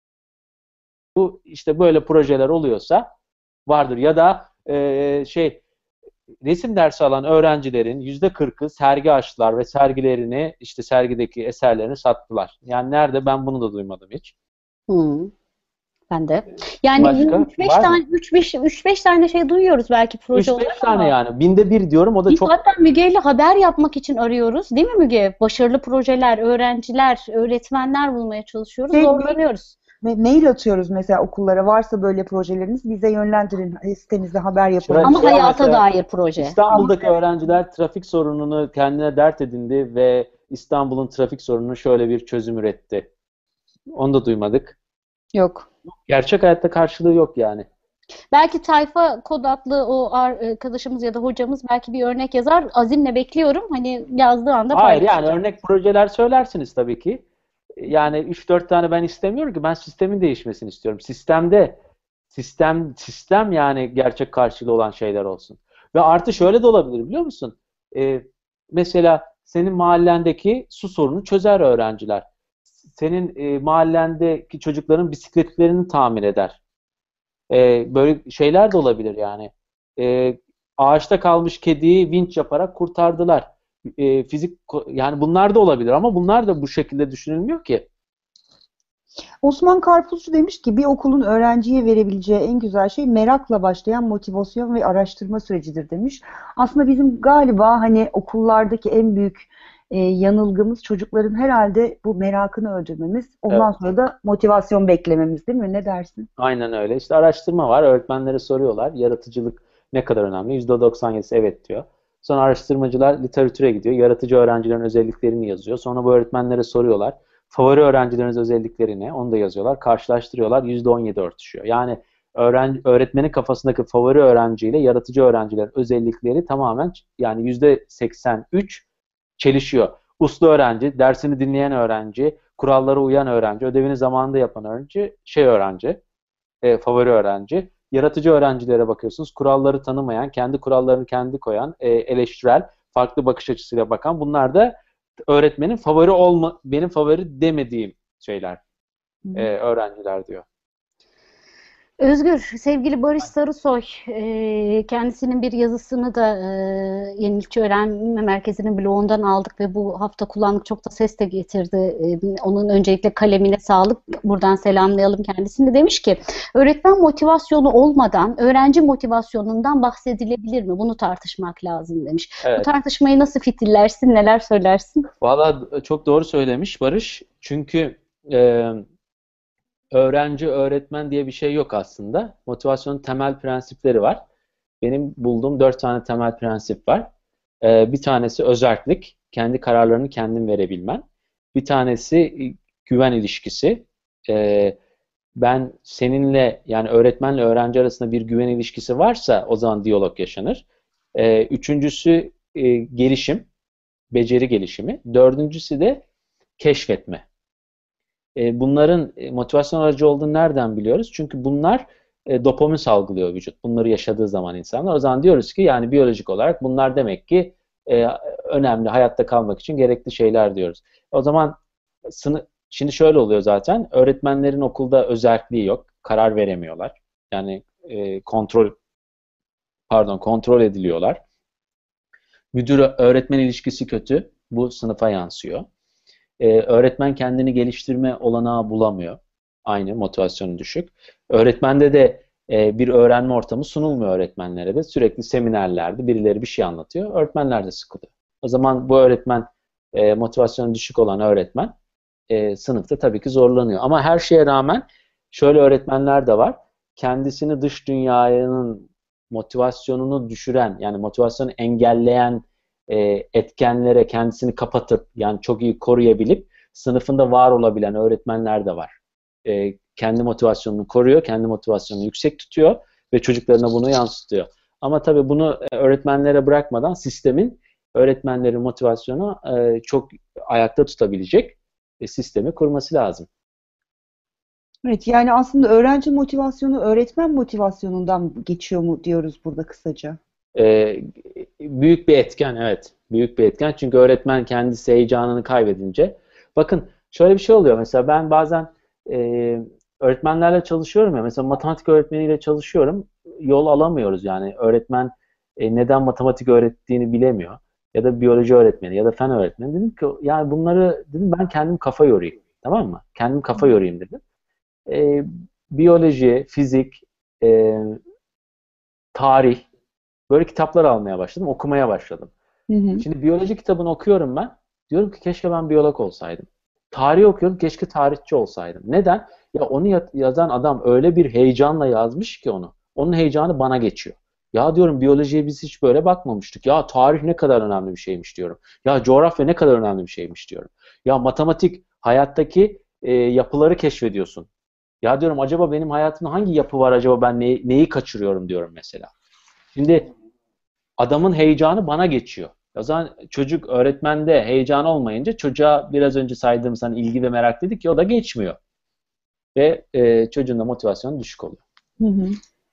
bu işte böyle projeler oluyorsa vardır ya da e, şey resim dersi alan öğrencilerin yüzde kırkı sergi açtılar ve sergilerini, işte sergideki eserlerini sattılar. Yani nerede? Ben bunu da duymadım hiç. Hmm. Ben de. Yani Başka üç beş var mı? tane üç beş üç beş tane şey duyuyoruz belki proje üç beş olarak tane ama yani. Binde bir diyorum, o da biz çok. hatta Müge ile haber yapmak için arıyoruz. Değil mi Müge? Başarılı projeler, öğrenciler, öğretmenler bulmaya çalışıyoruz. Şey, Zorlanıyoruz. Ma- Mail atıyoruz mesela okullara. Varsa böyle projeleriniz bize yönlendirin. Sitemizde haber yapalım. Şöyle- Ama şöyle hayata mesela dair proje. İstanbul'daki öğrenciler trafik sorununu kendine dert edindi ve İstanbul'un trafik sorununu şöyle bir çözüm üretti. Onu da duymadık. Yok. Gerçek hayatta karşılığı yok yani. Belki Tayfa Kod adlı o arkadaşımız ya da hocamız belki bir örnek yazar. Azimle bekliyorum. Hani yazdığı anda Hayır, yani paylaşacağım. örnek projeler söylersiniz tabii ki. Yani üç dört tane ben istemiyorum ki, ben sistemin değişmesini istiyorum. Sistemde sistem sistem yani gerçek karşılığı olan şeyler olsun. Ve artı şöyle de olabilir biliyor musun? Ee, mesela senin mahallendeki su sorunu çözer öğrenciler. Senin e, mahallendeki çocukların bisikletlerini tamir eder. Ee, böyle şeyler de olabilir yani. Ee, ağaçta kalmış kediyi vinç yaparak kurtardılar. Ee, fizik yani bunlar da olabilir ama bunlar da bu şekilde düşünülmüyor ki. Osman Karpuzcu demiş ki bir okulun öğrenciye verebileceği en güzel şey merakla başlayan motivasyon ve araştırma sürecidir demiş. Aslında bizim galiba hani okullardaki en büyük e, yanılgımız çocukların herhalde bu merakını öldürmemiz. Ondan Evet. sonra da motivasyon beklememiz değil mi? Ne dersin? Aynen öyle. İşte araştırma var. Öğretmenlere soruyorlar. Yaratıcılık Ne kadar önemli? yüzde doksan yedisi evet diyor. Sonra araştırmacılar literatüre gidiyor. Yaratıcı öğrencilerin özelliklerini yazıyor. Sonra bu öğretmenlere soruyorlar. Favori öğrencileriniz özellikleri ne? Onu da yazıyorlar. Karşılaştırıyorlar. yüzde on yedi örtüşüyor. Yani öğrenci, öğretmenin kafasındaki favori öğrenciyle yaratıcı öğrencilerin özellikleri tamamen yani yüzde seksen üç çelişiyor. Uslu öğrenci, dersini dinleyen öğrenci, kurallara uyan öğrenci, ödevini zamanında yapan öğrenci, şey öğrenci, e, favori öğrenci. Yaratıcı öğrencilere bakıyorsunuz. Kuralları tanımayan, kendi kurallarını kendi koyan, e, eleştirel, farklı bakış açısıyla bakan. Bunlar da öğretmenin favori olma, benim favori demediğim şeyler, e, öğrenciler diyor. Özgür, sevgili Barış Sarısoy, e, kendisinin bir yazısını da e, Yenilikçi Öğrenme Merkezi'nin blogundan aldık ve bu hafta kullandık. Çok da ses de getirdi. E, onun öncelikle kalemine sağlık. Buradan selamlayalım kendisini. Demiş ki, öğretmen motivasyonu olmadan öğrenci motivasyonundan bahsedilebilir mi? Bunu tartışmak lazım demiş. Evet. Bu tartışmayı nasıl fitillersin, neler söylersin? Valla çok doğru söylemiş Barış. Çünkü e, öğrenci, öğretmen diye bir şey yok aslında. Motivasyonun temel prensipleri var. Benim bulduğum dört tane temel prensip var. Ee, bir tanesi özerklik, kendi kararlarını kendin verebilmen. Bir tanesi güven ilişkisi. Ee, ben seninle yani öğretmenle öğrenci arasında bir güven ilişkisi varsa o zaman diyalog yaşanır. Ee, üçüncüsü e, gelişim, beceri gelişimi. Dördüncüsü de keşfetme. Bunların motivasyon aracı olduğunu nereden biliyoruz? Çünkü bunlar dopamin salgılıyor vücut. Bunları yaşadığı zaman insanlar. O zaman diyoruz ki yani biyolojik olarak bunlar demek ki önemli, hayatta kalmak için gerekli şeyler diyoruz. O zaman sınıf, şimdi şöyle oluyor zaten. Öğretmenlerin okulda özerkliği yok. Karar veremiyorlar. Yani kontrol pardon kontrol ediliyorlar. Müdür öğretmen ilişkisi kötü. Bu sınıfa yansıyor. Ee, öğretmen kendini geliştirme olanağı bulamıyor. Aynı, motivasyonu düşük. Öğretmende de e, bir öğrenme ortamı sunulmuyor öğretmenlere de. Sürekli seminerlerde birileri bir şey anlatıyor. Öğretmenler de sıkılıyor. O zaman bu öğretmen, e, motivasyonu düşük olan öğretmen e, sınıfta tabii ki zorlanıyor. Ama her şeye rağmen şöyle öğretmenler de var. Kendisini dış dünyanın motivasyonunu düşüren, yani motivasyonu engelleyen etkenlere kendisini kapatıp yani çok iyi koruyabilip sınıfında var olabilen öğretmenler de var. E, kendi motivasyonunu koruyor, kendi motivasyonunu yüksek tutuyor ve çocuklarına bunu yansıtıyor. Ama tabii bunu öğretmenlere bırakmadan sistemin öğretmenlerin motivasyonu e, çok ayakta tutabilecek e, sistemi kurması lazım. Evet, yani aslında öğrenci motivasyonu öğretmen motivasyonundan geçiyor mu diyoruz burada kısaca. Ee, büyük bir etken, evet. Büyük bir etken. Çünkü öğretmen kendisi heyecanını kaybedince. Bakın şöyle bir şey oluyor. Mesela ben bazen e, öğretmenlerle çalışıyorum ya. Mesela matematik öğretmeniyle çalışıyorum. Yol alamıyoruz yani. Öğretmen e, neden matematik öğrettiğini bilemiyor. Ya da biyoloji öğretmeni ya da fen öğretmeni. Dedim ki yani bunları dedim ben kendim kafa yorayım. Tamam mı? Kendim kafa yorayım dedim. E, biyoloji, fizik, e, tarih, böyle kitaplar almaya başladım, okumaya başladım. Hı hı. Şimdi biyoloji kitabını okuyorum ben. Diyorum ki keşke ben biyolog olsaydım. Tarih okuyorum, keşke tarihçi olsaydım. Neden? Ya onu yazan adam öyle bir heyecanla yazmış ki onu. Onun heyecanı bana geçiyor. Ya diyorum biyolojiye biz hiç böyle bakmamıştık. Ya tarih ne kadar önemli bir şeymiş diyorum. Ya coğrafya ne kadar önemli bir şeymiş diyorum. Ya matematik hayattaki e, yapıları keşfediyorsun. Ya diyorum acaba benim hayatımda hangi yapı var acaba ben neyi, neyi kaçırıyorum diyorum mesela. Şimdi adamın heyecanı bana geçiyor. O zaman çocuk öğretmende heyecan olmayınca çocuğa biraz önce saydığım sana ilgi ve merak dedik ki o da geçmiyor. Ve e, çocuğun da motivasyonu düşük oluyor. Hı hı.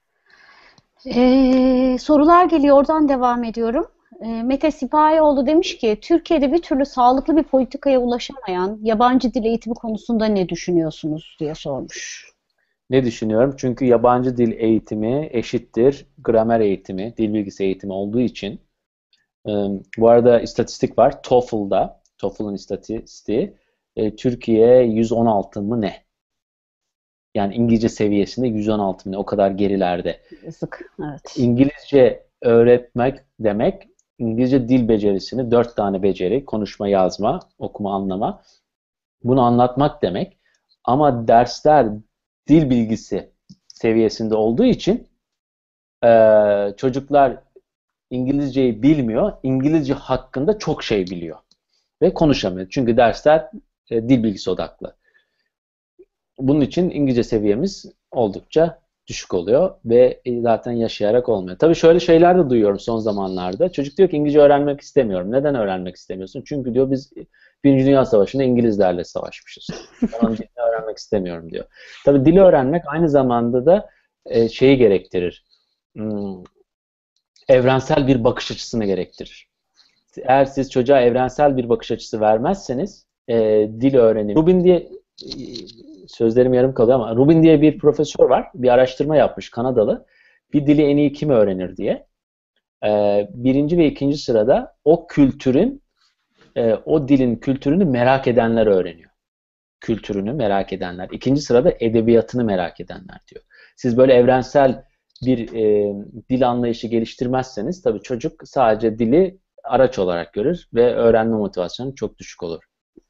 Ee, sorular geliyor. Oradan devam ediyorum. Ee, Mete Sipahioğlu demiş ki Türkiye'de bir türlü sağlıklı bir politikaya ulaşamayan yabancı dil eğitimi konusunda ne düşünüyorsunuz diye sormuş. Ne düşünüyorum? Çünkü yabancı dil eğitimi eşittir gramer eğitimi, dil bilgisi eğitimi olduğu için. E, bu arada istatistik var. TOEFL'da, TOEFL'ın istatistiği e, Türkiye yüz on altı mı ne? Yani İngilizce seviyesinde yüz on altı mı ne? O kadar gerilerde. Yazık, evet. İngilizce öğretmek demek, İngilizce dil becerisini, dört tane beceri, konuşma, yazma, okuma, anlama, bunu anlatmak demek. Ama dersler dil bilgisi seviyesinde olduğu için Ee, çocuklar İngilizceyi bilmiyor, İngilizce hakkında çok şey biliyor ve konuşamıyor. Çünkü dersler e, dil bilgisi odaklı. Bunun için İngilizce seviyemiz oldukça düşük oluyor ve e, zaten yaşayarak olmuyor. Tabii şöyle şeyler de duyuyorum son zamanlarda. Çocuk diyor ki İngilizce öğrenmek istemiyorum. Neden öğrenmek istemiyorsun? Çünkü diyor biz Birinci Dünya Savaşı'nda İngilizlerle savaşmışız. Ben onun dilini öğrenmek istemiyorum diyor. Tabii dili öğrenmek aynı zamanda da e, şeyi gerektirir. Hmm, evrensel bir bakış açısını gerektirir. Eğer siz çocuğa evrensel bir bakış açısı vermezseniz e, dil öğrenimi. Rubin diye e, sözlerim yarım kalıyor ama Rubin diye bir profesör var. Bir araştırma yapmış, Kanadalı. Bir dili en iyi kim öğrenir diye. E, birinci ve ikinci sırada o kültürün e, o dilin kültürünü merak edenler öğreniyor. Kültürünü merak edenler. İkinci sırada edebiyatını merak edenler diyor. Siz böyle evrensel bir e, dil anlayışı geliştirmezseniz tabii çocuk sadece dili araç olarak görür ve öğrenme motivasyonu çok düşük olur.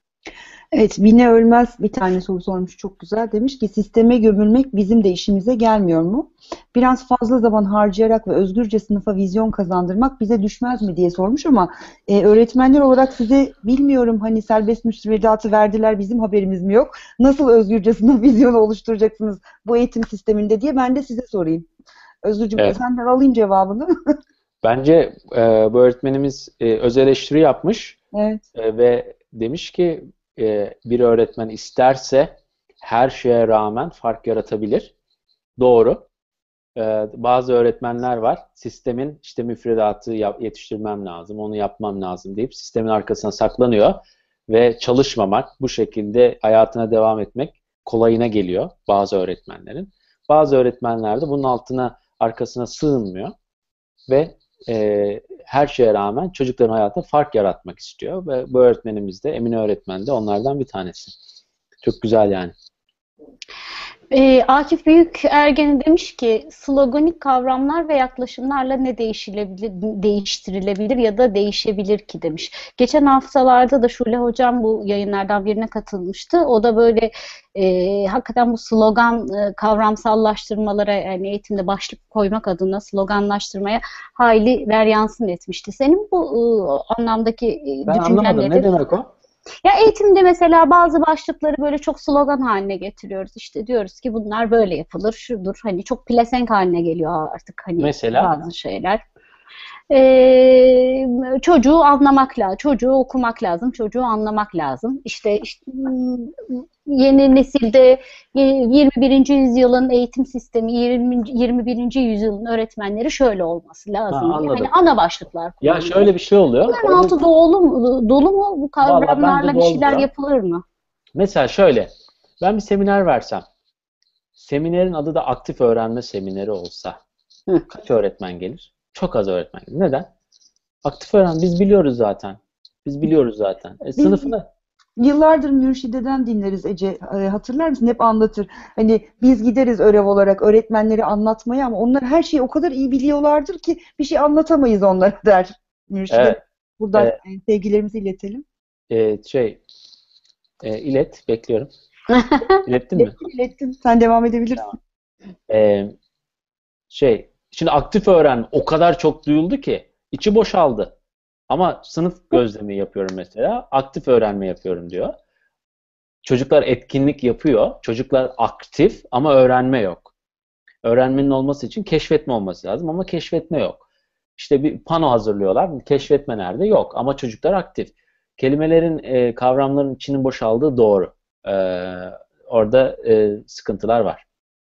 Evet, Mine Ölmez bir tane soru sormuş, çok güzel. Demiş ki sisteme gömülmek bizim de işimize gelmiyor mu? Biraz fazla zaman harcayarak ve özgürce sınıfa vizyon kazandırmak bize düşmez mi diye sormuş ama e, öğretmenler olarak size bilmiyorum hani serbest müfredatı verdiler, bizim haberimiz mi yok? Nasıl özgürce sınıf vizyonu oluşturacaksınız bu eğitim sisteminde diye ben de size sorayım. Özgürcüğüm, Evet. senden alayım cevabını. Bence e, bu öğretmenimiz e, öz eleştiri yapmış Evet. e, ve demiş ki e, bir öğretmen isterse her şeye rağmen fark yaratabilir. Doğru. E, bazı öğretmenler var. Sistemin işte müfredatı yap, yetiştirmem lazım, onu yapmam lazım deyip sistemin arkasına saklanıyor ve çalışmamak, bu şekilde hayatına devam etmek kolayına geliyor bazı öğretmenlerin. Bazı öğretmenler de bunun altına arkasına sığınmıyor ve e, her şeye rağmen çocukların hayatında fark yaratmak istiyor ve bu öğretmenimiz de, Emine öğretmen de onlardan bir tanesi. Çok güzel yani. E, Akif Büyükergen demiş ki sloganik kavramlar ve yaklaşımlarla ne değişilebilir, değiştirilebilir ya da değişebilir ki demiş. Geçen haftalarda da Şule Hocam bu yayınlardan birine katılmıştı. O da böyle e, hakikaten bu slogan e, kavramsallaştırmalara, yani eğitimde başlık koymak adına sloganlaştırmaya hayli veryansın etmişti. Senin bu e, anlamdaki e, Ben düşüncen anlamadım. nedir? Ne demek o? Ya eğitimde mesela bazı başlıkları böyle çok slogan haline getiriyoruz. İşte diyoruz ki bunlar böyle yapılır, şudur. Hani çok pelesenk haline geliyor artık hani Mesela? bazı şeyler. Ee, çocuğu anlamak lazım, çocuğu okumak lazım, çocuğu anlamak lazım. İşte, işte yeni nesilde yirmi birinci yüzyılın eğitim sistemi, yirmi birinci yüzyılın öğretmenleri şöyle olması lazım Ha, diye. anladım. Hani ana başlıklar Ya kullanılıyor. şöyle bir şey oluyor. Bunların altı dolu mu, dolu mu? Bu Vallahi kavramlarla bence bir şeyler dolmuyor. yapılır mı? Mesela şöyle, ben bir seminer versem, seminerin adı da aktif öğrenme semineri olsa, Hı. kaç öğretmen gelir? Çok az öğretmen gelir. Neden? Aktif öğren, biz biliyoruz zaten. Biz biliyoruz zaten. E, sınıfına... Yıllardır Mürşide'den dinleriz Ece. E, hatırlar mısın? Hep anlatır. Hani biz gideriz örev olarak öğretmenleri anlatmaya ama onlar her şeyi o kadar iyi biliyorlardır ki bir şey anlatamayız onlara der Mürşide. Evet, Buradan evet. sevgilerimizi iletelim. E, şey, e, ilet, bekliyorum. İlettin mi? İlettim, ilettim. Sen devam edebilirsin. Tamam. E, şey, şimdi aktif öğrenme o kadar çok duyuldu ki içi boşaldı. Ama sınıf gözlemi yapıyorum mesela. Aktif öğrenme yapıyorum diyor. Çocuklar etkinlik yapıyor. Çocuklar aktif ama öğrenme yok. Öğrenmenin olması için keşfetme olması lazım ama keşfetme yok. İşte bir pano hazırlıyorlar. Keşfetme nerede? Yok. Ama çocuklar aktif. Kelimelerin, e, kavramların içinin boşaldığı doğru. E, orada e, sıkıntılar var.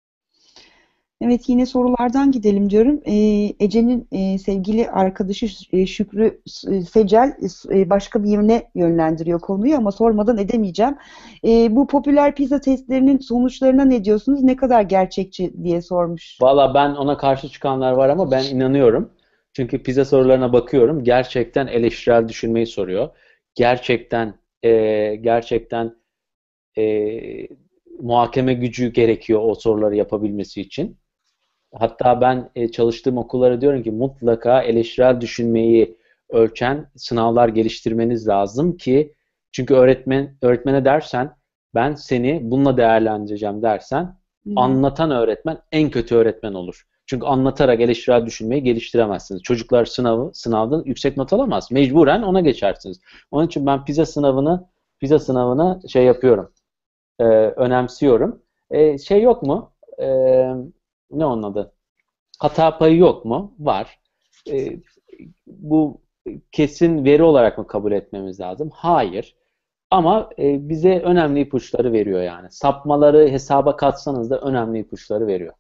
Evet, yine sorulardan gidelim diyorum. Ee, Ece'nin e, sevgili arkadaşı e, Şükrü e, Secel e, başka bir yöne yönlendiriyor konuyu ama sormadan edemeyeceğim. E, bu popüler PISA testlerinin sonuçlarına ne diyorsunuz? Ne kadar gerçekçi diye sormuş. Valla ben ona karşı çıkanlar var ama ben inanıyorum. Çünkü PISA sorularına bakıyorum. Gerçekten eleştirel düşünmeyi soruyor. Gerçekten e, gerçekten e, muhakeme gücü gerekiyor o soruları yapabilmesi için. Hatta ben e, çalıştığım okullara diyorum ki mutlaka eleştirel düşünmeyi ölçen sınavlar geliştirmeniz lazım ki çünkü öğretmen öğretmene dersen ben seni bununla değerlendireceğim dersen Hı. anlatan öğretmen en kötü öğretmen olur. Çünkü anlatarak eleştirel düşünmeyi geliştiremezsiniz. Çocuklar sınavı sınavdan yüksek not alamaz. Mecburen ona geçersiniz. Onun için ben PISA sınavını PISA sınavını şey yapıyorum. E, önemsiyorum. E, şey yok mu? E, ne onun adı? Hata payı yok mu? Var. E, bu kesin veri olarak mı kabul etmemiz lazım? Hayır. Ama e, bize önemli ipuçları veriyor yani. Sapmaları hesaba katsanız da önemli ipuçları veriyor.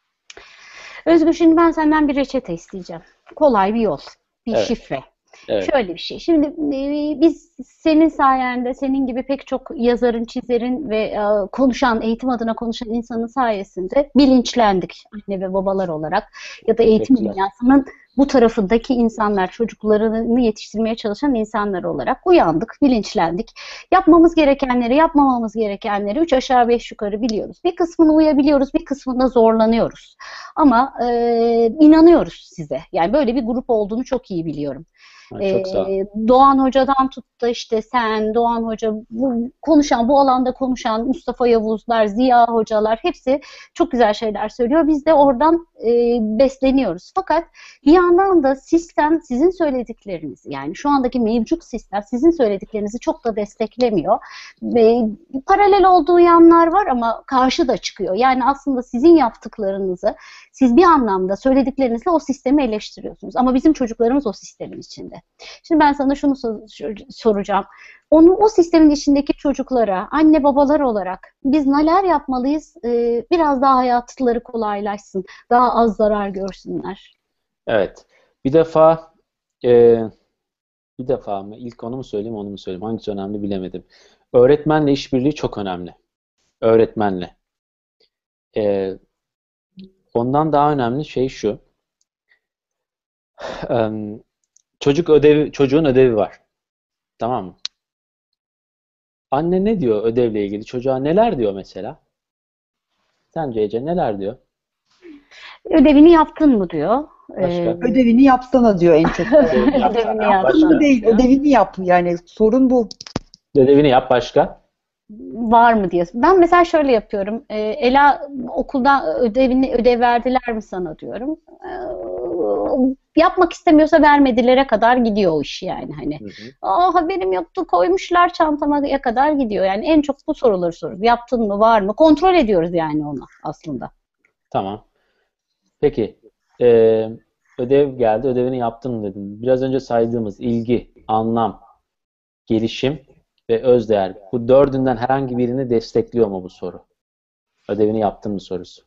Özgür, şimdi ben senden bir reçete isteyeceğim. Kolay bir yol, bir Evet. şifre. Evet. Şöyle bir şey. Şimdi e, biz senin sayende, senin gibi pek çok yazarın, çizerin ve e, konuşan, eğitim adına konuşan insanın sayesinde bilinçlendik anne ve babalar olarak ya da eğitim Teşekkürler. dünyasının bu tarafındaki insanlar, çocuklarını yetiştirmeye çalışan insanlar olarak uyandık, bilinçlendik. Yapmamız gerekenleri, yapmamamız gerekenleri üç aşağı beş yukarı biliyoruz. Bir kısmını uyabiliyoruz, bir kısmında zorlanıyoruz. Ama e, inanıyoruz size. Yani böyle bir grup olduğunu çok iyi biliyorum. Ha, çok sağ ol. Ee, Doğan Hoca'dan tut da işte sen, Doğan Hoca, bu konuşan, bu alanda konuşan Mustafa Yavuzlar, Ziya Hocalar hepsi çok güzel şeyler söylüyor. Biz de oradan e, besleniyoruz. Fakat bir yandan da sistem sizin söylediklerinizi, yani şu andaki mevcut sistem sizin söylediklerinizi çok da desteklemiyor. Ve paralel olduğu yanlar var ama karşı da çıkıyor. Yani aslında sizin yaptıklarınızı siz bir anlamda söylediklerinizle o sistemi eleştiriyorsunuz. Ama bizim çocuklarımız o sistemin içinde. Şimdi ben sana şunu soracağım. Onu, o sistemin içindeki çocuklara, anne babalar olarak biz neler yapmalıyız? Ee, biraz daha hayatları kolaylaşsın, daha az zarar görsünler. Evet. Bir defa e, bir defa mı? İlk onu mu söyleyeyim, onu mu söyleyeyim? Hangisi önemli bilemedim. Öğretmenle işbirliği çok önemli. Öğretmenle. E, ondan daha önemli şey şu. E, çocuk ödevi, çocuğun ödevi var. Tamam mı? Anne ne diyor ödevle ilgili? Çocuğa neler diyor mesela? Sence Ece neler diyor? Ödevini yaptın mı diyor. Başka? Ee, Ödevini yapsana diyor en çok. ödevini Yaptın yaptın. mı değil, ödevini yap. Yani sorun bu. Ödevini yap başka? Var mı diye. Ben mesela şöyle yapıyorum. E, Ela okulda ödevini ödev verdiler mi sana diyorum. E, yapmak istemiyorsa vermedilere kadar gidiyor o iş yani hani. Hı hı. Aa haberim yoktu koymuşlar çantamaya kadar gidiyor. Yani en çok bu soruları soruyoruz. Yaptın mı var mı? Kontrol ediyoruz yani onu aslında. Tamam. Peki. Ee, ödev geldi. Ödevini yaptın mı dedim. Biraz önce saydığımız ilgi, anlam, gelişim ve özdeğer. Bu dördünden herhangi birini destekliyor mu bu soru? Ödevini yaptın mı sorusu.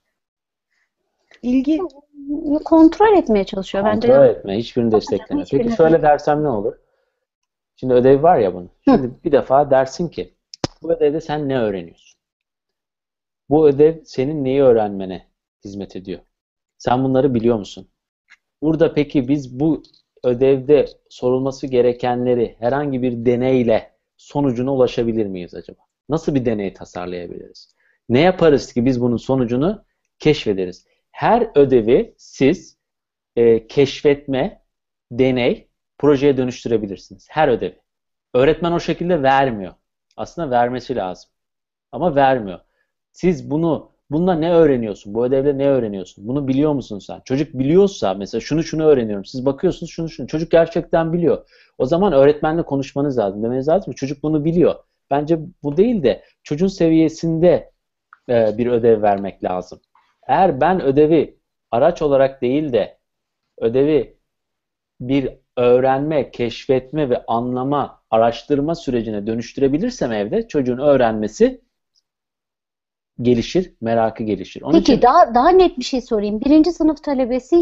İlgi. Kontrol etmeye çalışıyor bence. Kontrol etme. Hiçbirini desteklemiyor. Peki hiçbirini şöyle dersem ne olur? Şimdi ödev var ya bunun. Şimdi bir defa dersin ki bu ödevde sen ne öğreniyorsun? Bu ödev senin neyi öğrenmene hizmet ediyor? Sen bunları biliyor musun? Burada peki biz bu ödevde sorulması gerekenleri herhangi bir deneyle sonucuna ulaşabilir miyiz acaba? Nasıl bir deney tasarlayabiliriz? Ne yaparız ki biz bunun sonucunu keşfederiz? Her ödevi siz e, keşfetme, deney, projeye dönüştürebilirsiniz. Her ödevi. Öğretmen o şekilde vermiyor. Aslında vermesi lazım. Ama vermiyor. Siz bunu Bunda ne öğreniyorsun? Bu ödevde ne öğreniyorsun? Bunu biliyor musun sen? Çocuk biliyorsa mesela şunu şunu öğreniyorum. Siz bakıyorsunuz şunu şunu. Çocuk gerçekten biliyor. O zaman öğretmenle konuşmanız lazım. Demeniz lazım ki çocuk bunu biliyor. Bence bu değil de çocuğun seviyesinde e, bir ödev vermek lazım. Eğer ben ödevi araç olarak değil de ödevi bir öğrenme, keşfetme ve anlama, araştırma sürecine dönüştürebilirsem evde çocuğun öğrenmesi gelişir, merakı gelişir. Onun Peki için... daha daha net bir şey sorayım. Birinci sınıf talebesi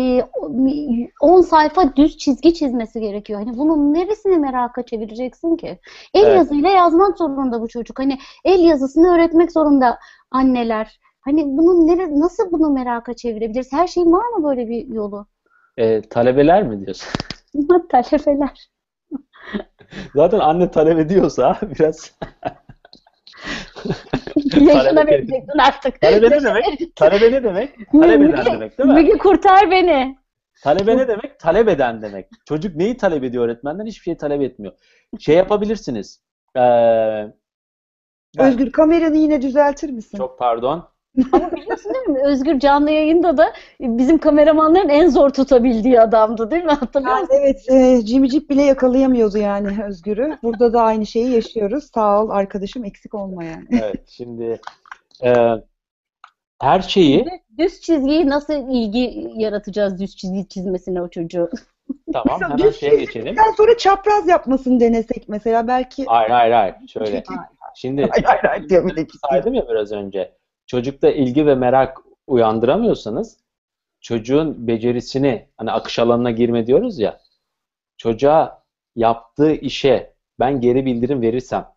on sayfa düz çizgi çizmesi gerekiyor. Hani bunun neresini meraka çevireceksin ki? El Evet. yazıyla yazmak zorunda bu çocuk. Hani el yazısını öğretmek zorunda anneler. Hani bunun nere, nasıl bunu meraka çevirebiliriz? Her şeyin var mı böyle bir yolu? E, talebeler mi diyorsun? Talebeler. Zaten anne talep ediyorsa biraz... Yaşına Talebe- vereceksin artık. Talebe ne demek? Talebe ne demek? Talep eden demek değil mi? Müge kurtar beni. Talebe ne demek? Talep eden demek. Çocuk neyi talep ediyor öğretmenden? Hiçbir şey talep etmiyor. Şey yapabilirsiniz. Ee, Özgür kameranı yine düzeltir misin? çok pardon. Ama biliyorsun değil mi? Özgür canlı yayında da bizim kameramanların en zor tutabildiği adamdı değil mi? Hatırlıyor Yani musun? evet, e, Jimmy Jeep bile yakalayamıyordu yani Özgür'ü. Burada da aynı şeyi yaşıyoruz. Sağ ol arkadaşım, eksik olma yani. Evet, şimdi e, her şeyi Düz, düz çizgiyi nasıl ilgi yaratacağız düz çizgi çizmesine o çocuğu? tamam Mesela hemen düz şeye geçelim. çizdikten sonra çapraz yapmasını denesek mesela belki. Hayır hayır hayır. Şöyle. Çekil. Şimdi Hayır hayır hayır diyor bir de ciddi. saydım ya biraz önce. Çocukta ilgi ve merak uyandıramıyorsanız çocuğun becerisini hani akış alanına girme diyoruz ya. Çocuğa yaptığı işe ben geri bildirim verirsem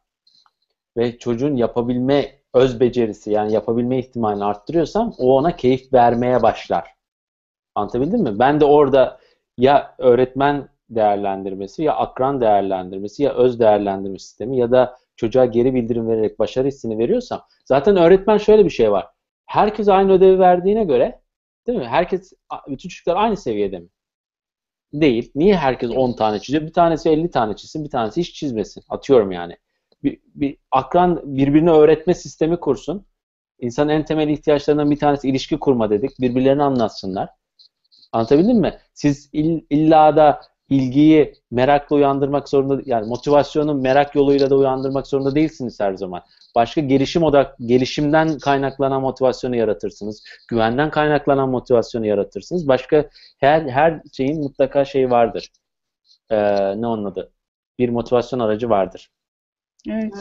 ve çocuğun yapabilme öz becerisi yani yapabilme ihtimalini arttırıyorsam o ona keyif vermeye başlar. Anlatabildim mi? Ben de orada ya öğretmen değerlendirmesi ya akran değerlendirmesi ya öz değerlendirme sistemi ya da çocuğa geri bildirim vererek başarı hissini veriyorsam zaten öğretmen şöyle bir şey var. Herkes aynı ödevi verdiğine göre değil mi? Herkes bütün çocuklar aynı seviyede mi? Değil. Niye herkes on tane çiziyor? Bir tanesi elli tane çizsin, bir tanesi hiç çizmesin. Atıyorum yani. Bir, bir akran birbirine öğretme sistemi kursun. İnsanın en temel ihtiyaçlarından bir tanesi ilişki kurma dedik. Birbirlerini anlatsınlar. Anlatabildim mi? Siz ill, illa da ilgiyi merakla uyandırmak zorunda, yani motivasyonu merak yoluyla da uyandırmak zorunda değilsiniz her zaman. Başka gelişim odak, gelişimden kaynaklanan motivasyonu yaratırsınız. Güvenden kaynaklanan motivasyonu yaratırsınız. Başka her her şeyin mutlaka şeyi vardır. Ee, ne onun adı? Bir motivasyon aracı vardır. Evet.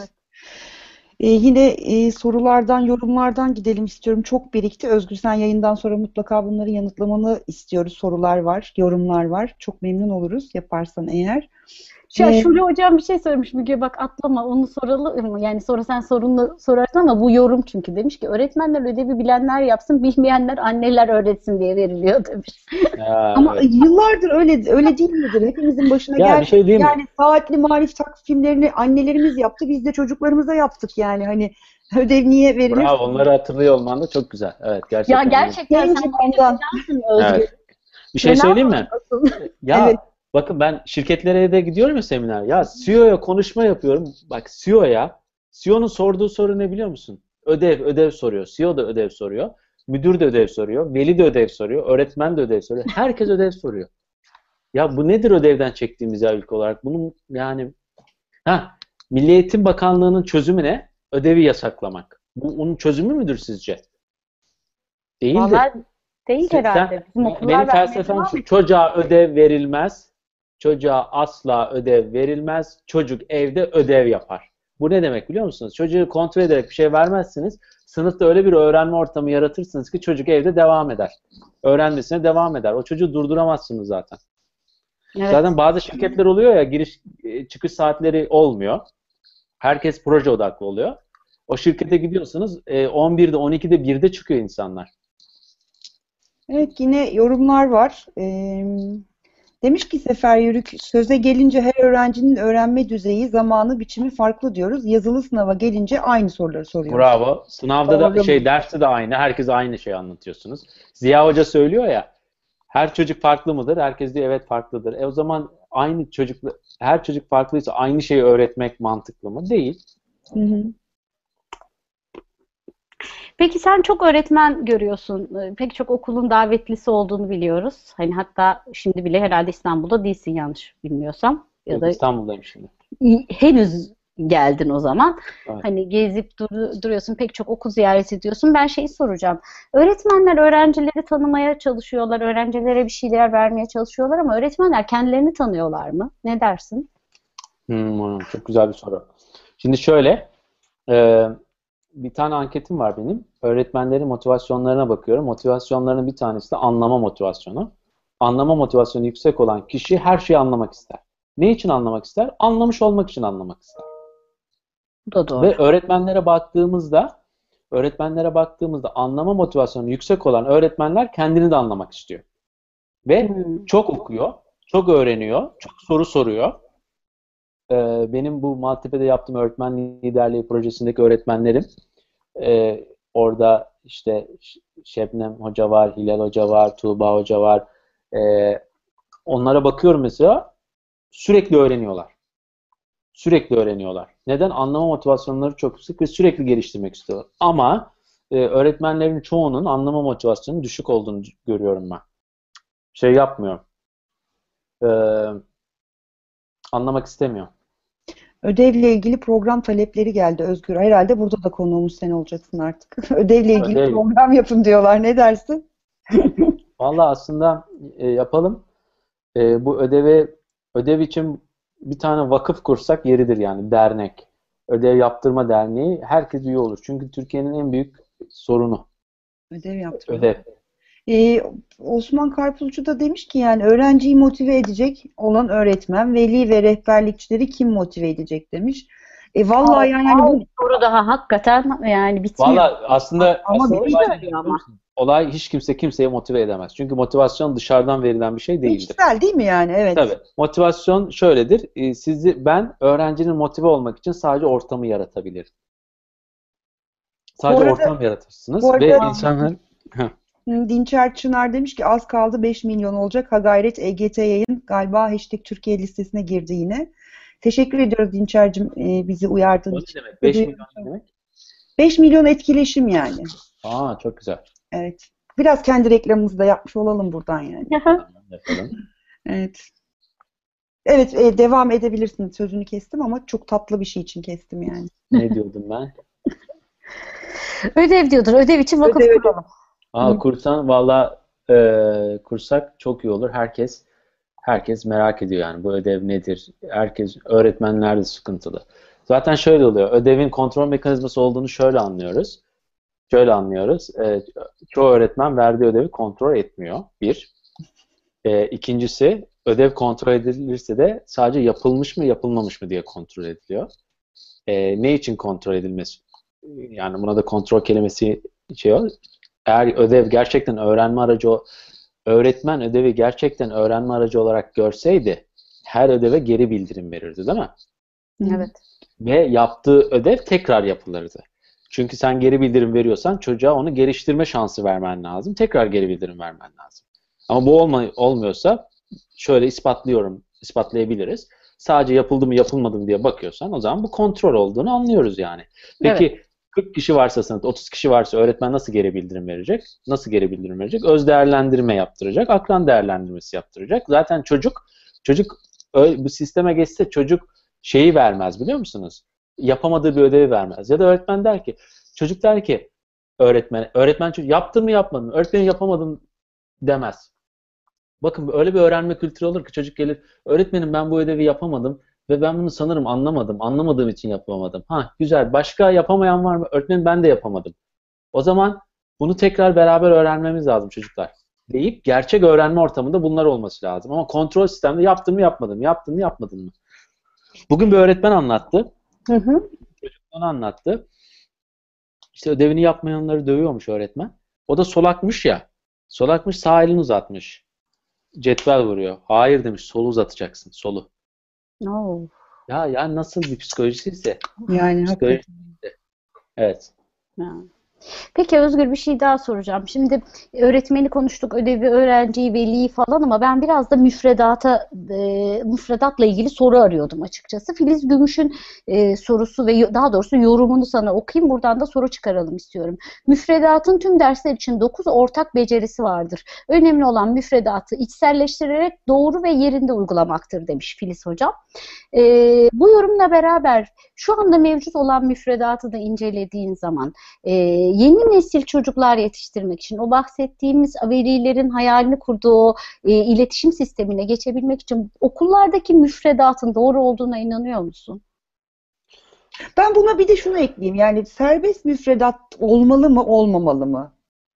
Ee, yine e, sorulardan, yorumlardan gidelim istiyorum. Çok birikti. Özgür, sen yayından sonra mutlaka bunları yanıtlamanı istiyoruz. Sorular var, yorumlar var. Çok memnun oluruz yaparsan eğer. Ya Ee, Şule hocam bir şey söylemiş Müge, bak atlama onu soralım, yani sonra sen sorunu sorarsın ama bu yorum, çünkü demiş ki öğretmenler ödevi bilenler yapsın, bilmeyenler anneler öğretsin diye veriliyor demiş. Ya, Ama evet. yıllardır öyle öyle değil midir? Hepimizin başına Ya, geldi. bir şey diyeyim mi? Yani saatli marif takvimlerini annelerimiz yaptı. Biz de çocuklarımıza yaptık yani. Hani ödev niye verilir? Bravo, onları hatırlıyor olman da çok güzel. Evet, gerçekten. Ya gerçekten Gelince sen ondan. felansın Özgür. Evet. Bir şey Fena söyleyeyim mi? olmasın. Ya Evet. bakın ben şirketlere de gidiyorum ya seminer. Ya C E O'ya konuşma yapıyorum. Bak C E O'ya, C E O'nun sorduğu soru ne biliyor musun? Ödev, ödev soruyor. C E O da ödev soruyor. Müdür de ödev soruyor. Veli de ödev soruyor. Öğretmen de ödev soruyor. Herkes ödev soruyor. Ya bu nedir ödevden çektiğimiz ya ülke olarak? Bunun yani ha Milli Eğitim Bakanlığı'nın çözümü ne? Ödevi yasaklamak. Bu onun çözümü müdür sizce? Değildir. Vallahi değil Sen- herhalde. Bizim okullar benim vermeye felsefem devam şu. ediyor. Çocuğa ödev verilmez. Çocuğa asla ödev verilmez. Çocuk evde ödev yapar. Bu ne demek biliyor musunuz? Çocuğu kontrol ederek bir şey vermezsiniz. Sınıfta öyle bir öğrenme ortamı yaratırsınız ki çocuk evde devam eder. Öğrenmesine devam eder. O çocuğu durduramazsınız zaten. Evet. Zaten bazı şirketler oluyor ya, giriş e, çıkış saatleri olmuyor. Herkes proje odaklı oluyor. O şirkete gidiyorsunuz e, on birde, on ikide, birde çıkıyor insanlar. Evet, yine yorumlar var. Ee, demiş ki Sefer Yörük, söze gelince her öğrencinin öğrenme düzeyi, zamanı, biçimi farklı diyoruz. Yazılı sınava gelince aynı soruları soruyoruz. Bravo. Sınavda da Doğru. şey, derste de aynı. Herkes aynı şeyi anlatıyorsunuz. Ziya Hoca söylüyor ya, her çocuk farklı mıdır? Herkes diyor evet farklıdır. E o zaman aynı çocuk, her çocuk farklıysa aynı şeyi öğretmek mantıklı mı? Değil. Hı hı. Peki sen çok öğretmen görüyorsun. Ee, Pek çok okulun davetlisi olduğunu biliyoruz. Hani hatta şimdi bile herhalde İstanbul'da değilsin yanlış bilmiyorsam. Ya Yok, da İstanbul'dayım şimdi. henüz geldin o zaman. Evet. Hani gezip dur- duruyorsun, pek çok okul ziyaret ediyorsun. Ben şeyi soracağım. Öğretmenler öğrencileri tanımaya çalışıyorlar, öğrencilere bir şeyler vermeye çalışıyorlar ama öğretmenler kendilerini tanıyorlar mı? Ne dersin? Hmm, çok güzel bir soru. Şimdi şöyle, e, bir tane anketim var benim. Öğretmenlerin motivasyonlarına bakıyorum. Motivasyonlarının bir tanesi de anlama motivasyonu. Anlama motivasyonu yüksek olan kişi her şeyi anlamak ister. Ne için anlamak ister? Anlamış olmak için anlamak ister. Bu da doğru. Ve öğretmenlere baktığımızda, öğretmenlere baktığımızda anlama motivasyonu yüksek olan öğretmenler kendini de anlamak istiyor. Ve Hmm. çok okuyor, çok öğreniyor, çok soru soruyor. Ee, benim bu Maltepe'de yaptığım öğretmen liderliği projesindeki öğretmenlerim, e, orada işte Ş- Şebnem Hoca var, Hilal Hoca var, Tuğba Hoca var. Ee, onlara bakıyorum mesela, sürekli öğreniyorlar. Sürekli öğreniyorlar. Neden? Anlama motivasyonları çok yüksek ve sürekli geliştirmek istiyorlar. Ama e, öğretmenlerin çoğunun anlama motivasyonu düşük olduğunu görüyorum ben. Şey yapmıyor. E, anlamak istemiyor. Ödevle ilgili program talepleri geldi Özgür. Herhalde burada da konuğumuz sen olacaksın artık. Ödevle ilgili Ödev. program yapın diyorlar. Ne dersin? Vallahi aslında e, yapalım. E, bu ödevi ödev için bir tane vakıf kursak yeridir yani, dernek. Ödev Yaptırma Derneği, herkes üye olur. Çünkü Türkiye'nin en büyük sorunu Ödev yaptım. ödev. Ee, Osman Karpuzcu da demiş ki yani öğrenciyi motive edecek olan öğretmen, veli ve rehberlikçileri kim motive edecek demiş. E vallahi yani hani bu bir soru daha hakikaten yani bitmiyor. Vallahi aslında, Ama aslında bir olay, şey ama. olay hiç kimse kimseye motive edemez. Çünkü motivasyon dışarıdan verilen bir şey değildir. içsel değil mi yani? Evet. Tabii. Motivasyon şöyledir. E, sizi ben öğrencinin motive olmak için sadece ortamı yaratabilirim. Sadece Bu arada- ortam yaratırsınız bu arada- ve insanlar Dinçer Çınar demiş ki az kaldı beş milyon olacak. Ha gayret E G T yayın galiba hashtag Türkiye listesine girdi yine. Teşekkür ediyoruz Dinçer'cim e, bizi uyardığın o ne için. demek? beş milyon ne demek? beş milyon etkileşim yani. Aa, çok güzel. Evet. Biraz kendi reklamımızı da yapmış olalım buradan yani. Tamam, yapalım. Evet. Evet, e, devam edebilirsin. Sözünü kestim ama çok tatlı bir şey için kestim yani. Ne diyordum ben? Ödev diyordur. Ödev için vakıf Ödev, kuralım. Aa, Hı. kursan valla e, kursak çok iyi olur. Herkes herkes merak ediyor yani bu ödev nedir? Herkes, öğretmenler de sıkıntılı. Zaten şöyle oluyor. Ödevin kontrol mekanizması olduğunu şöyle anlıyoruz. Şöyle anlıyoruz. E, çoğu öğretmen verdiği ödevi kontrol etmiyor. Bir. E, ikincisi, ödev kontrol edilirse de sadece yapılmış mı yapılmamış mı diye kontrol ediliyor. E, ne için kontrol edilmesi? Yani buna da kontrol kelimesi şey o. Eğer ödev gerçekten öğrenme aracı, öğretmen ödevi gerçekten öğrenme aracı olarak görseydi her ödeve geri bildirim verirdi, değil mi? Evet. Ve yaptığı ödev tekrar yapılırdı. Çünkü sen geri bildirim veriyorsan çocuğa onu geliştirme şansı vermen lazım. Tekrar geri bildirim vermen lazım. Ama bu olma, olmuyorsa şöyle ispatlıyorum, ispatlayabiliriz. Sadece yapıldı mı yapılmadı mı diye bakıyorsan o zaman bu kontrol olduğunu anlıyoruz yani. Peki kırk kişi varsa sınıfta, otuz kişi varsa öğretmen nasıl geri bildirim verecek? Nasıl geri bildirim verecek? Öz değerlendirme yaptıracak, akran değerlendirmesi yaptıracak. Zaten çocuk, çocuk bu sisteme geçse çocuk şeyi vermez, biliyor musunuz? Yapamadığı bir ödevi vermez. Ya da öğretmen der ki, çocuk der ki öğretmen, öğretmen çocuk yaptın mı yapmadın mı? Öğretmenim yapamadım demez. Bakın öyle bir öğrenme kültürü olur ki çocuk gelir, öğretmenim ben bu ödevi yapamadım ve ben bunu sanırım anlamadım. Anlamadığım için yapamadım. Ha güzel, başka yapamayan var mı? Öğretmenim ben de yapamadım. O zaman bunu tekrar beraber öğrenmemiz lazım çocuklar. Deyip gerçek öğrenme ortamında bunlar olması lazım. Ama kontrol sistemde yaptın mı yapmadım, yaptın mı yapmadın mı? Bugün bir öğretmen anlattı. Hı hı. Çocuk onu anlattı. İşte ödevini yapmayanları dövüyormuş öğretmen. O da solakmış ya. Solakmış, sağ elini uzatmış. Cetvel vuruyor. Hayır demiş, solu uzatacaksın, solu. Oo. Ya ya nasıl bir psikolojisiyse. Yani Psikoloji. hakikaten. Evet. Ha. Peki Özgür, bir şey daha soracağım. Şimdi öğretmeni konuştuk, ödevi, öğrenciyi, veliyi falan ama ben biraz da müfredata, e, müfredatla ilgili soru arıyordum açıkçası. Filiz Gümüş'ün e, sorusu ve daha doğrusu yorumunu sana okuyayım. Buradan da soru çıkaralım istiyorum. Müfredatın tüm dersler için dokuz ortak becerisi vardır. Önemli olan müfredatı içselleştirerek doğru ve yerinde uygulamaktır demiş Filiz Hocam. E, bu yorumla beraber şu anda mevcut olan müfredatı da incelediğin zaman e, yeni nesil çocuklar yetiştirmek için o bahsettiğimiz velilerin hayalini kurduğu o, e, iletişim sistemine geçebilmek için okullardaki müfredatın doğru olduğuna inanıyor musun? Ben buna bir de şunu ekleyeyim. Yani serbest müfredat olmalı mı, olmamalı mı?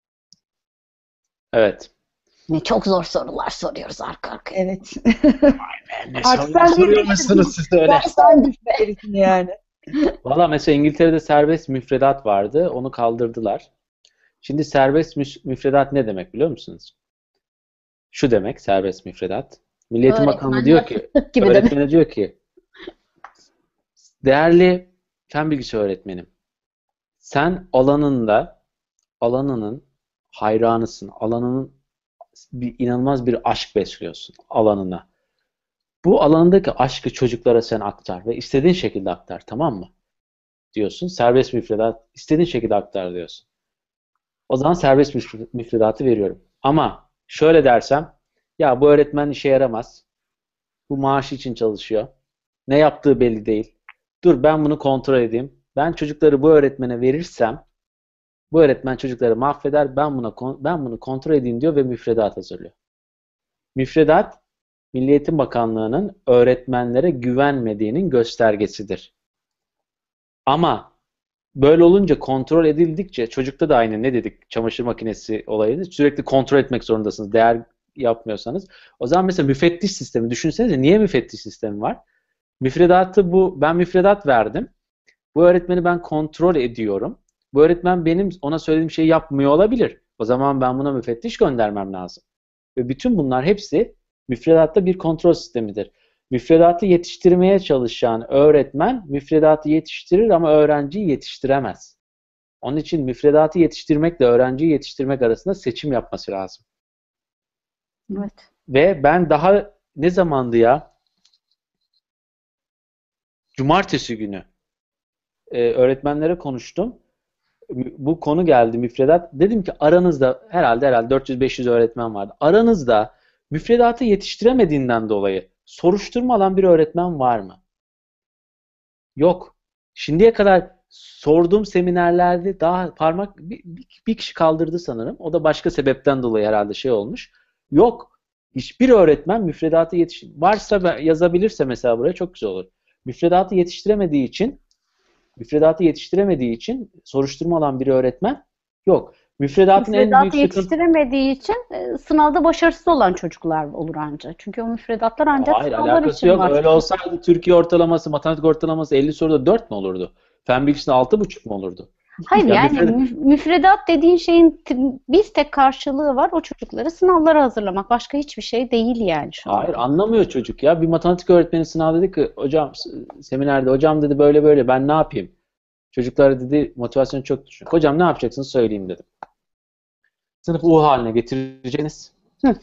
Evet. Ne çok zor sorular soruyoruz arka arkaya. Evet. Ne Artık sen soruyor bir- musunuz siz öyle? Sen düşünmelisin yani. Valla mesela İngiltere'de serbest müfredat vardı. Onu kaldırdılar. Şimdi serbest müş- müfredat ne demek biliyor musunuz? Şu demek serbest müfredat. Milli Eğitim Bakanlığı diyor ki, gibi demek. öğretmene diyor ki, değerli fen bilgisi öğretmenim, sen alanında, alanının hayranısın, alanının bir, inanılmaz bir aşk besliyorsun alanına. Bu alandaki aşkı çocuklara sen aktar ve istediğin şekilde aktar, tamam mı? Diyorsun. Serbest müfredat, istediğin şekilde aktar diyorsun. O zaman serbest müfre- müfredatı veriyorum. Ama şöyle dersem, ya bu öğretmen işe yaramaz. Bu maaş için çalışıyor. Ne yaptığı belli değil. Dur ben bunu kontrol edeyim. Ben çocukları bu öğretmene verirsem bu öğretmen çocukları mahveder. Ben buna kon- ben bunu kontrol edeyim diyor ve müfredat hazırlıyor. Müfredat Milli Eğitim Bakanlığı'nın öğretmenlere güvenmediğinin göstergesidir. Ama böyle olunca kontrol edildikçe çocukta da aynı ne dedik çamaşır makinesi olayı sürekli kontrol etmek zorundasınız değer yapmıyorsanız. O zaman mesela müfettiş sistemi düşünsenize niye müfettiş sistemi var? Müfredatı bu ben müfredat verdim. Bu öğretmeni ben kontrol ediyorum. Bu öğretmen benim ona söylediğim şeyi yapmıyor olabilir. O zaman ben buna müfettiş göndermem lazım. Ve bütün bunlar hepsi müfredatta bir kontrol sistemidir. Müfredatı yetiştirmeye çalışan öğretmen müfredatı yetiştirir ama öğrenciyi yetiştiremez. Onun için müfredatı yetiştirmekle öğrenciyi yetiştirmek arasında seçim yapması lazım. Evet. Ve ben daha ne zamandı ya? Cumartesi günü e, öğretmenlere konuştum. Bu konu geldi müfredat. Dedim ki aranızda herhalde herhalde dört yüz beş yüz öğretmen vardı. Aranızda müfredatı yetiştiremediğinden dolayı soruşturma alan bir öğretmen var mı? Yok. Şimdiye kadar sorduğum seminerlerde daha parmak bir, bir kişi kaldırdı sanırım. O da başka sebepten dolayı herhalde şey olmuş. Yok. Hiçbir öğretmen müfredatı yetiş varsa yazabilirse mesela buraya çok güzel olur. Müfredatı yetiştiremediği için müfredatı yetiştiremediği için soruşturma alan bir öğretmen yok. Müfredatın en büyük Müfredatı sıkıntı... yetiştiremediği için e, sınavda başarısız olan çocuklar olur ancak. Çünkü o müfredatlar ancak Hayır, sınavlar alakası için yok. var. Öyle olsaydı Türkiye ortalaması, matematik ortalaması elli soruda dört mü olurdu? Fen bilgisinde altı buçuk mu olurdu? Hayır Ya yani müfredat... müf- müfredat dediğin şeyin t- bir tek karşılığı var. O çocukları sınavlara hazırlamak. Başka hiçbir şey değil yani şu an. Hayır, anlamıyor çocuk ya. Bir matematik öğretmeni sınavda dedi ki hocam seminerde hocam dedi böyle böyle ben ne yapayım? Çocuklar dedi motivasyonu çok düşük. Hocam ne yapacaksınız söyleyeyim dedim. Sınıfı U haline getireceksiniz. Hı.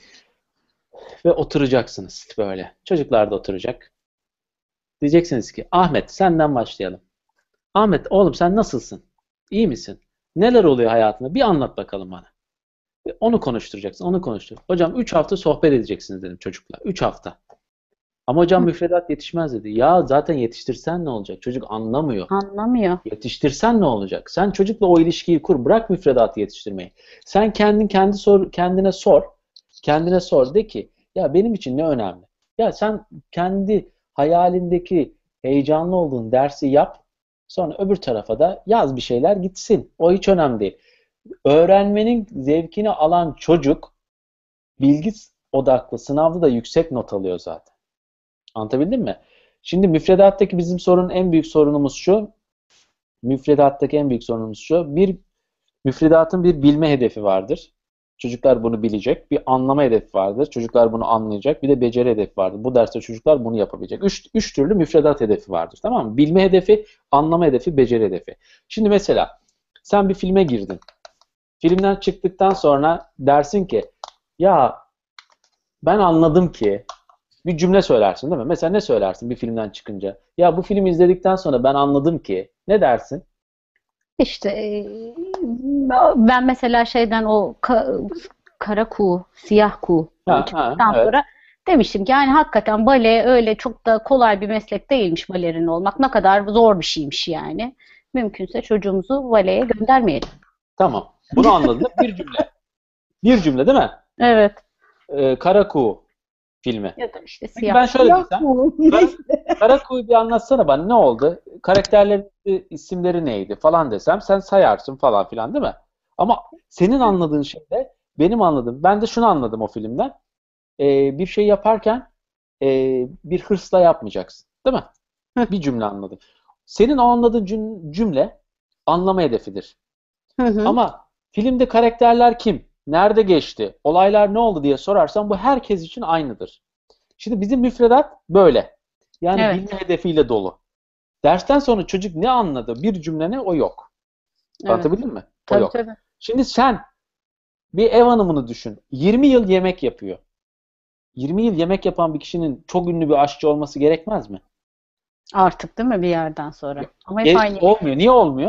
Ve oturacaksınız böyle. Çocuklar da oturacak. Diyeceksiniz ki Ahmet senden başlayalım. Ahmet oğlum sen nasılsın? İyi misin? Neler oluyor hayatında? Bir anlat bakalım bana. Ve onu konuşturacaksın, onu konuştur. Hocam üç hafta sohbet edeceksiniz dedim çocukla. üç hafta. Ama hocam müfredat yetişmez dedi. Ya zaten yetiştirsen ne olacak? Çocuk anlamıyor. Anlamıyor. Yetiştirsen ne olacak? Sen çocukla o ilişkiyi kur. Bırak müfredatı yetiştirmeyi. Sen kendin kendi sor, kendine sor. Kendine sor. De ki ya benim için ne önemli? Ya sen kendi hayalindeki heyecanlı olduğun dersi yap. Sonra öbür tarafa da yaz bir şeyler gitsin. O hiç önemli değil. Öğrenmenin zevkini alan çocuk bilgi odaklı sınavda da yüksek not alıyor zaten. Anlatabildim mi? Şimdi müfredattaki bizim sorunun en büyük sorunumuz şu. Müfredattaki en büyük sorunumuz şu. Bir müfredatın bir bilme hedefi vardır. Çocuklar bunu bilecek. Bir anlama hedefi vardır. Çocuklar bunu anlayacak. Bir de beceri hedefi vardır. Bu derste çocuklar bunu yapabilecek. Üç, üç türlü müfredat hedefi vardır. Tamam mı? Bilme hedefi, anlama hedefi, beceri hedefi. Şimdi mesela sen bir filme girdin. Filmden çıktıktan sonra dersin ki ya ben anladım ki bir cümle söylersin değil mi? Mesela ne söylersin bir filmden çıkınca? Ya bu filmi izledikten sonra ben anladım ki. Ne dersin? İşte e, ben mesela şeyden o ka- kara kuğu, siyah kuğu Ha, çıktıktan ha, evet. sonra demiştim ki yani hakikaten bale öyle çok da kolay bir meslek değilmiş balerin olmak. Ne kadar zor bir şeymiş yani. Mümkünse çocuğumuzu baleye göndermeyelim. Tamam. Bunu anladın. Bir cümle. Bir cümle değil mi? Evet. Ee, Kara Kuğu filmi. Ya da işte Peki siyah. ben şöyle Yok desem. mu? Kara, Kara Kuğu'yu bir anlatsana bana ne oldu? Karakterlerin isimleri neydi falan desem sen sayarsın falan filan değil mi? Ama senin anladığın şey de benim anladığım. Ben de şunu anladım o filmden. Ee, bir şey yaparken e, bir hırsla yapmayacaksın. Değil mi? Bir cümle anladım. Senin o anladığın cüm- cümle anlama hedefidir. Hı hı. Ama filmde karakterler kim? Nerede geçti? Olaylar ne oldu diye sorarsan bu herkes için aynıdır. Şimdi bizim müfredat böyle. Yani Evet. bilme hedefiyle dolu. Dersten sonra çocuk ne anladı? Bir cümle ne? O yok. Evet. Anlatabildim mi? O Tabii yok. tabii. Şimdi sen bir ev hanımını düşün. yirmi yıl yemek yapıyor. yirmi yıl yemek yapan bir kişinin çok ünlü bir aşçı olması gerekmez mi? Artık değil mi bir yerden sonra? Ama hep E, aynı. olmuyor. Niye olmuyor?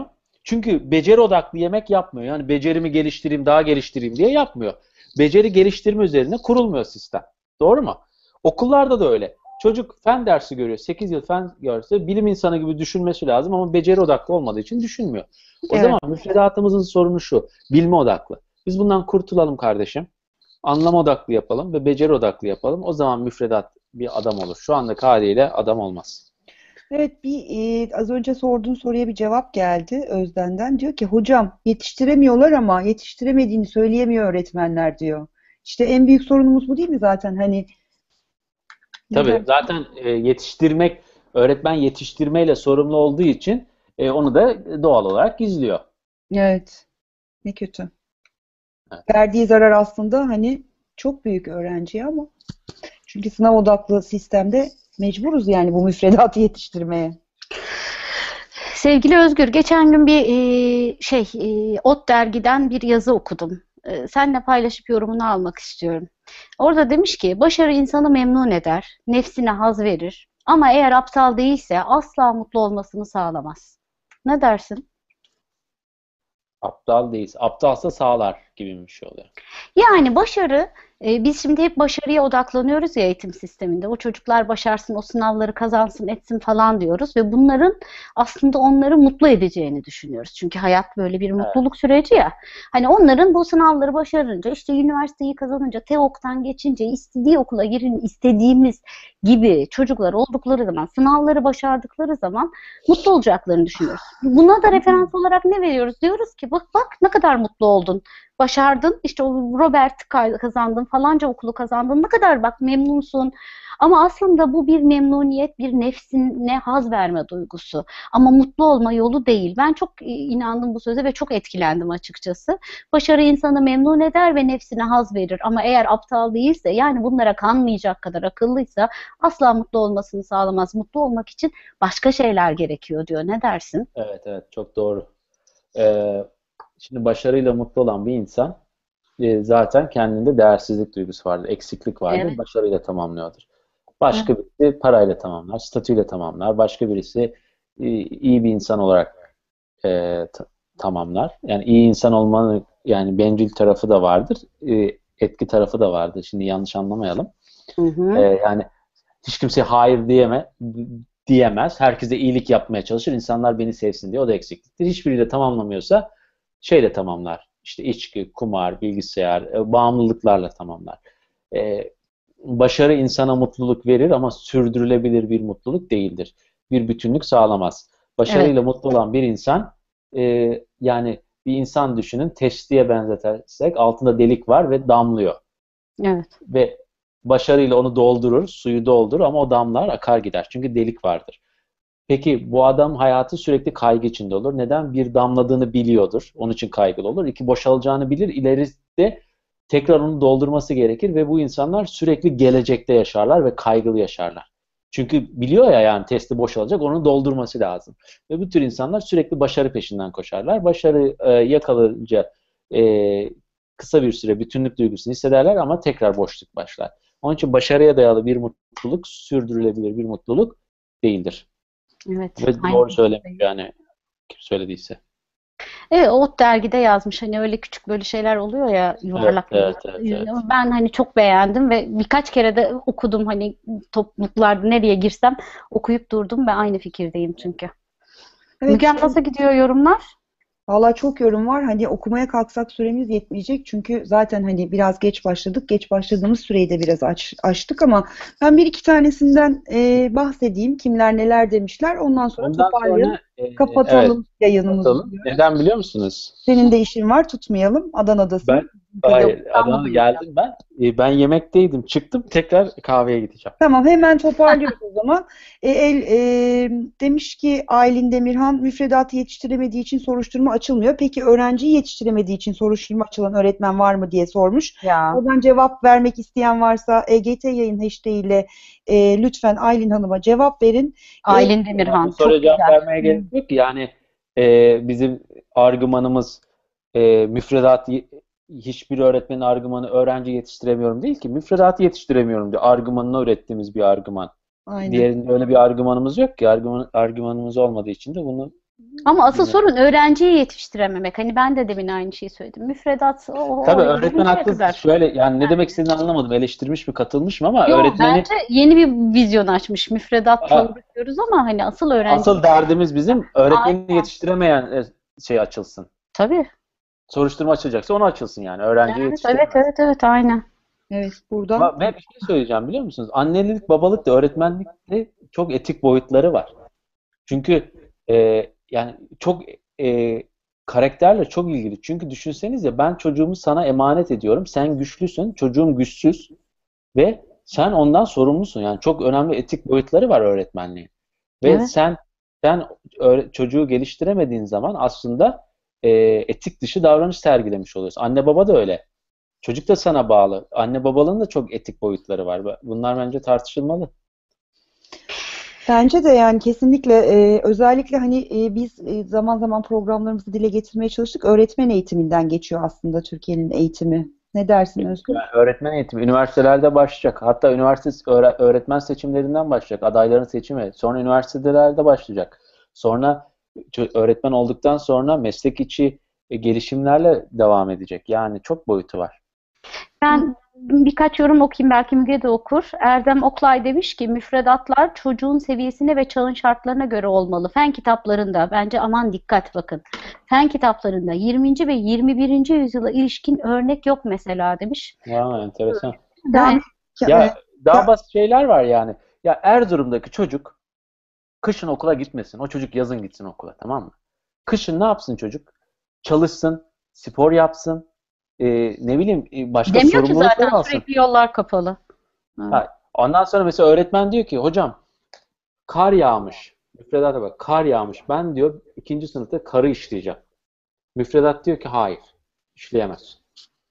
Çünkü beceri odaklı yemek yapmıyor. Yani becerimi geliştireyim, daha geliştireyim diye yapmıyor. Beceri geliştirme üzerine kurulmuyor sistem. Doğru mu? Okullarda da öyle. Çocuk fen dersi görüyor. sekiz yıl fen görse bilim insanı gibi düşünmesi lazım ama beceri odaklı olmadığı için düşünmüyor. O Evet. zaman müfredatımızın sorunu şu. Bilme odaklı. Biz bundan kurtulalım kardeşim. Anlam odaklı yapalım ve beceri odaklı yapalım. O zaman müfredat bir adam olur. Şu andaki haliyle adam olmaz. Evet, bir e, az önce sorduğun soruya bir cevap geldi Özden'den. Diyor ki hocam yetiştiremiyorlar ama yetiştiremediğini söyleyemiyor öğretmenler diyor. İşte en büyük sorunumuz bu değil mi zaten? Hani Tabii neden? zaten e, yetiştirmek, öğretmen yetiştirmeyle sorumlu olduğu için e, onu da doğal olarak gizliyor. Evet, ne kötü. Evet. Verdiği zarar aslında hani çok büyük öğrenciye ama çünkü sınav odaklı sistemde mecburuz yani bu müfredatı yetiştirmeye. Sevgili Özgür, geçen gün bir e, şey e, Ot dergiden bir yazı okudum. E, seninle paylaşıp yorumunu almak istiyorum. Orada demiş ki, başarı insanı memnun eder, nefsine haz verir ama eğer aptal değilse asla mutlu olmasını sağlamaz. Ne dersin? Aptal değiliz. Aptalsa sağlar gibi bir şey oluyor. Yani başarı, e, biz şimdi hep başarıya odaklanıyoruz ya eğitim sisteminde. O çocuklar başarsın, o sınavları kazansın, etsin falan diyoruz ve bunların aslında onları mutlu edeceğini düşünüyoruz. Çünkü hayat böyle bir mutluluk süreci ya. Hani onların bu sınavları başarınca, işte üniversiteyi kazanınca, TEOG'dan geçince, istediği okula girin, istediğimiz gibi çocuklar oldukları zaman, sınavları başardıkları zaman mutlu olacaklarını düşünüyoruz. Buna da referans olarak ne veriyoruz? Diyoruz ki bak bak ne kadar mutlu oldun. Başardın, işte o Robert kazandın, falanca okulu kazandın, ne kadar bak memnunsun. Ama aslında bu bir memnuniyet, bir nefsine haz verme duygusu. Ama mutlu olma yolu değil. Ben çok inandım bu söze ve çok etkilendim açıkçası. Başarı insanı memnun eder ve nefsine haz verir. Ama eğer aptal değilse, yani bunlara kanmayacak kadar akıllıysa asla mutlu olmasını sağlamaz. Mutlu olmak için başka şeyler gerekiyor diyor. Ne dersin? Evet, evet, çok doğru. Ee, şimdi başarıyla mutlu olan bir insan e, zaten kendinde değersizlik duygusu vardır, eksiklik vardır, Evet. başarıyla tamamlıyordur. Başka birisi parayla tamamlar, statüyle tamamlar, başka birisi e, iyi bir insan olarak e, ta- tamamlar. Yani iyi insan olmanın yani bencil tarafı da vardır, e, etki tarafı da vardır. Şimdi yanlış anlamayalım. Hı hı. E, yani hiç kimse hayır diyeme, diyemez. Herkese iyilik yapmaya çalışır. İnsanlar beni sevsin diye. O da eksikliktir. Hiçbiriyle tamamlamıyorsa şeyle tamamlar. İşte içki, kumar, bilgisayar, e, bağımlılıklarla tamamlar. E, başarı insana mutluluk verir ama sürdürülebilir bir mutluluk değildir. Bir bütünlük sağlamaz. Evet. Başarıyla mutlu olan bir insan e, yani bir insan düşünün, testiye benzetersek altında delik var ve damlıyor. Evet. Ve başarıyla onu doldurur, suyu doldurur ama o damlar akar gider. Çünkü delik vardır. Peki bu adam hayatı sürekli kaygı içinde olur. Neden? Bir, damladığını biliyordur. Onun için kaygılı olur. İki, boşalacağını bilir. İleride tekrar onu doldurması gerekir ve bu insanlar sürekli gelecekte yaşarlar ve kaygılı yaşarlar. Çünkü biliyor ya yani testi boşalacak, onu doldurması lazım. Ve bu tür insanlar sürekli başarı peşinden koşarlar. Başarı e, yakalayınca e, kısa bir süre bütünlük duygusunu hissederler ama tekrar boşluk başlar. Onun için başarıya dayalı bir mutluluk sürdürülebilir bir mutluluk değildir. Evet. Ve Aynen. doğru söylemiş yani kim söylediyse. Evet, Ot dergide yazmış. Hani öyle küçük böyle şeyler oluyor ya, yuvarlak Evet, yuvarlak. evet, evet. Ben hani çok beğendim ve birkaç kere de okudum, hani topluluklarda nereye girsem okuyup durdum. Ben aynı fikirdeyim çünkü. Evet, Müge Hanım, nasıl gidiyor yorumlar? valla çok yorum var. Hani okumaya kalksak süremiz yetmeyecek. Çünkü zaten hani biraz geç başladık. Geç başladığımız süreyi de biraz aç, açtık ama ben bir iki tanesinden e, bahsedeyim. Kimler neler demişler. Ondan sonra Ondan toparlayalım. sonra e, evet Kapatalım yayınımızı bakalım. diyoruz. Neden biliyor musunuz? Senin de işin var, tutmayalım. Adana'dasın. Ben Tabii hayır Adana'da İstanbul'dayız. geldim ben. E, ben yemekteydim. Çıktım tekrar kahveye gideceğim. Tamam, hemen toparlıyoruz o zaman. E, el, e, demiş ki Aylin Demirhan, müfredatı yetiştiremediği için soruşturma açılmıyor. Peki öğrenciyi yetiştiremediği için soruşturma açılan öğretmen var mı diye sormuş. Ya. Oradan cevap vermek isteyen varsa E G T yayın hashtag ile e, lütfen Aylin Hanım'a cevap verin. Aylin E, Demirhan. Bu soruya Çok cevap güzel. vermeye gerek yok ki. Yani e, bizim argümanımız e, müfredat y- hiçbir öğretmenin argümanı öğrenci yetiştiremiyorum değil ki. Müfredatı yetiştiremiyorum diyor. Argümanını ürettiğimiz bir argüman. aynen. Diğerinde öyle bir argümanımız yok ki. Argüman, argümanımız olmadığı için de bunu Ama asıl Güzel. sorun öğrenciyi yetiştirememek. Hani ben de demin aynı şeyi söyledim. Müfredat o, o Tabii o öğretmen yirmiye haklı. kadar. Şöyle yani ne demek istediğini anlamadım. Eleştirmiş mi, katılmış mı ama Yo, öğretmeni bence yeni bir vizyon açmış. Müfredat a- çalışıyoruz ama hani asıl öğrenci. asıl derdimiz bizim öğretmeni Aynen. yetiştiremeyen e, şey açılsın. Tabii. Soruşturma açılacaksa onu açılsın yani. Öğrenciyi Evet, evet, yetiştiremez. evet, evet, aynen. Evet, buradan Ama ve bir şey söyleyeceğim biliyor musunuz? Annelik, babalık da öğretmenlik de çok etik boyutları var. Çünkü e, yani çok e, karakterle çok ilgili. Çünkü düşünsenize ben çocuğumu sana emanet ediyorum. Sen güçlüsün, çocuğum güçsüz ve sen ondan sorumlusun. Yani çok önemli etik boyutları var öğretmenliğin. Ve Evet. sen sen öğre- çocuğu geliştiremediğin zaman aslında e, etik dışı davranış sergilemiş oluyorsun. Anne baba da öyle. Çocuk da sana bağlı. Anne babalığın da çok etik boyutları var. Bunlar bence tartışılmalı. bence de yani kesinlikle e, özellikle hani e, biz e, zaman zaman programlarımızı dile getirmeye çalıştık. Öğretmen eğitiminden geçiyor aslında Türkiye'nin eğitimi. Ne dersin Özgür? Yani öğretmen eğitimi üniversitelerde başlayacak. Hatta üniversite öğre- öğretmen seçimlerinden başlayacak. Adayların seçimi. Sonra üniversitelerde başlayacak. Sonra çö- öğretmen olduktan sonra meslek içi e, gelişimlerle devam edecek. Yani çok boyutu var. Ben birkaç yorum okuyayım, belki Müge de okur. Erdem Oklay demiş ki müfredatlar çocuğun seviyesine ve çağın şartlarına göre olmalı. Fen kitaplarında bence aman dikkat bakın. Fen kitaplarında yirminci ve yirmi birinci yüzyıla ilişkin örnek yok mesela demiş. Vay, enteresan. Yani, Ya daha Ya- basit şeyler var yani. Ya Erzurum'daki çocuk kışın okula gitmesin. O çocuk yazın gitsin okula, tamam mı? Kışın ne yapsın çocuk? Çalışsın, spor yapsın, e, ne bileyim e, başka demiyor ki sorumluluklar zaten alsın. sürekli yollar kapalı. Evet. Ha, ondan sonra mesela öğretmen diyor ki hocam kar yağmış. Müfredata bak, kar yağmış. Ben diyor ikinci sınıfta karı işleyeceğim. Müfredat diyor ki hayır, işleyemezsin.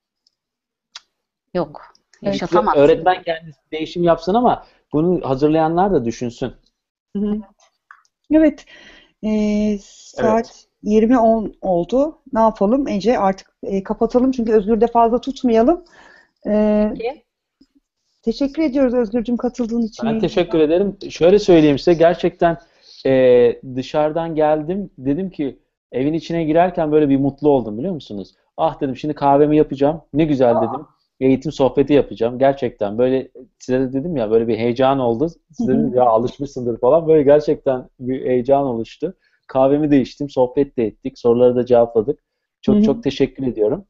Yok. Evet. Yaşatamazsın. Öğretmen kendisi değişim yapsın ama bunu hazırlayanlar da düşünsün. Hı hı. Evet. Ee, saat Evet. yirmi on oldu. Ne yapalım Ece? Artık e, kapatalım çünkü Özgür'de fazla tutmayalım. Ee, Peki. teşekkür ediyoruz Özgürcüm katıldığın için. Ben teşekkür ederim. Şöyle söyleyeyim size, gerçekten e, dışarıdan geldim. Dedim ki evin içine girerken böyle bir mutlu oldum biliyor musunuz? Ah dedim şimdi kahvemi yapacağım. Ne güzel dedim. Eğitim sohbeti yapacağım. Gerçekten böyle size de dedim ya böyle bir heyecan oldu. Size dedim ya alışmışsındır falan. Böyle gerçekten bir heyecan oluştu. Kahvemi de içtim. Sohbet de ettik. Soruları da cevapladık. Hı hı. Çok çok teşekkür ediyorum.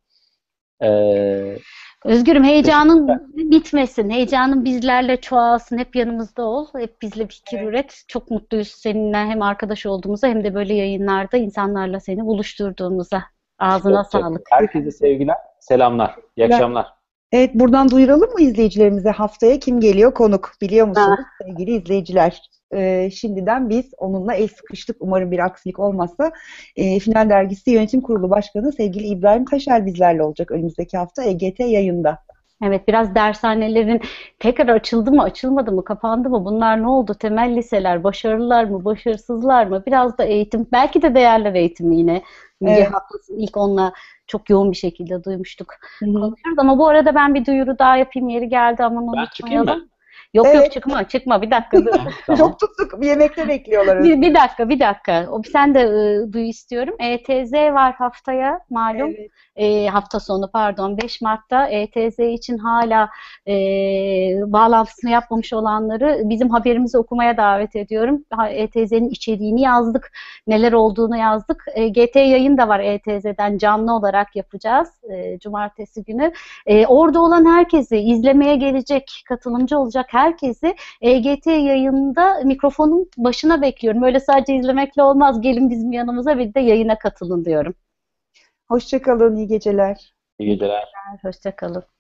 Ee, Özgürüm, teşekkürler. heyecanın bitmesin. Heyecanın bizlerle çoğalsın. Hep yanımızda ol. Hep bizle fikir üret. Çok mutluyuz seninle hem arkadaş olduğumuza hem de böyle yayınlarda insanlarla seni buluşturduğumuza. Ağzına Çok çok. sağlık. Herkese sevgiler, selamlar. İyi akşamlar. Evet, buradan duyuralım mı izleyicilerimize haftaya kim geliyor konuk biliyor musunuz sevgili izleyiciler? Ee, şimdiden biz onunla el sıkıştık. Umarım bir aksilik olmazsa. Ee, Final Dergisi Yönetim Kurulu Başkanı sevgili İbrahim Kaşar bizlerle olacak önümüzdeki hafta E G T yayında. Evet, biraz dershanelerin tekrar açıldı mı, açılmadı mı, kapandı mı? Bunlar ne oldu? Temel liseler başarılılar mı, başarısızlar mı? Biraz da eğitim, belki de değerler eğitimi yine. Müge Evet. haklısın. İlk onunla çok yoğun bir şekilde duymuştuk. Hı hı. Konuşuyoruz ama bu arada ben bir duyuru daha yapayım. Yeri geldi, aman Ben çıkayım unutmayalım. mı? Yok Evet. yok, çıkma çıkma, bir dakika dur. Tamam. Çok tuttuk. Bir yemekte bekliyorlar. Bir, bir dakika, bir dakika. O, sen de e, duy istiyorum. E T Z var haftaya malum. Evet. E, hafta sonu pardon beş Mart'ta E T Z için hala e, bağlantısını yapmamış olanları bizim haberimizi okumaya davet ediyorum. Ha, E T Z'nin içeriğini yazdık. Neler olduğunu yazdık. E, G T yayın da var E T Z'den canlı olarak yapacağız. E, cumartesi günü. E, orada olan herkesi, izlemeye gelecek, katılımcı olacak herkesi E G T yayında mikrofonun başına bekliyorum. Öyle sadece izlemekle olmaz. Gelin bizim yanımıza, bir de yayına katılın diyorum. Hoşça kalın. İyi geceler. İyi geceler. Hoşça kalın.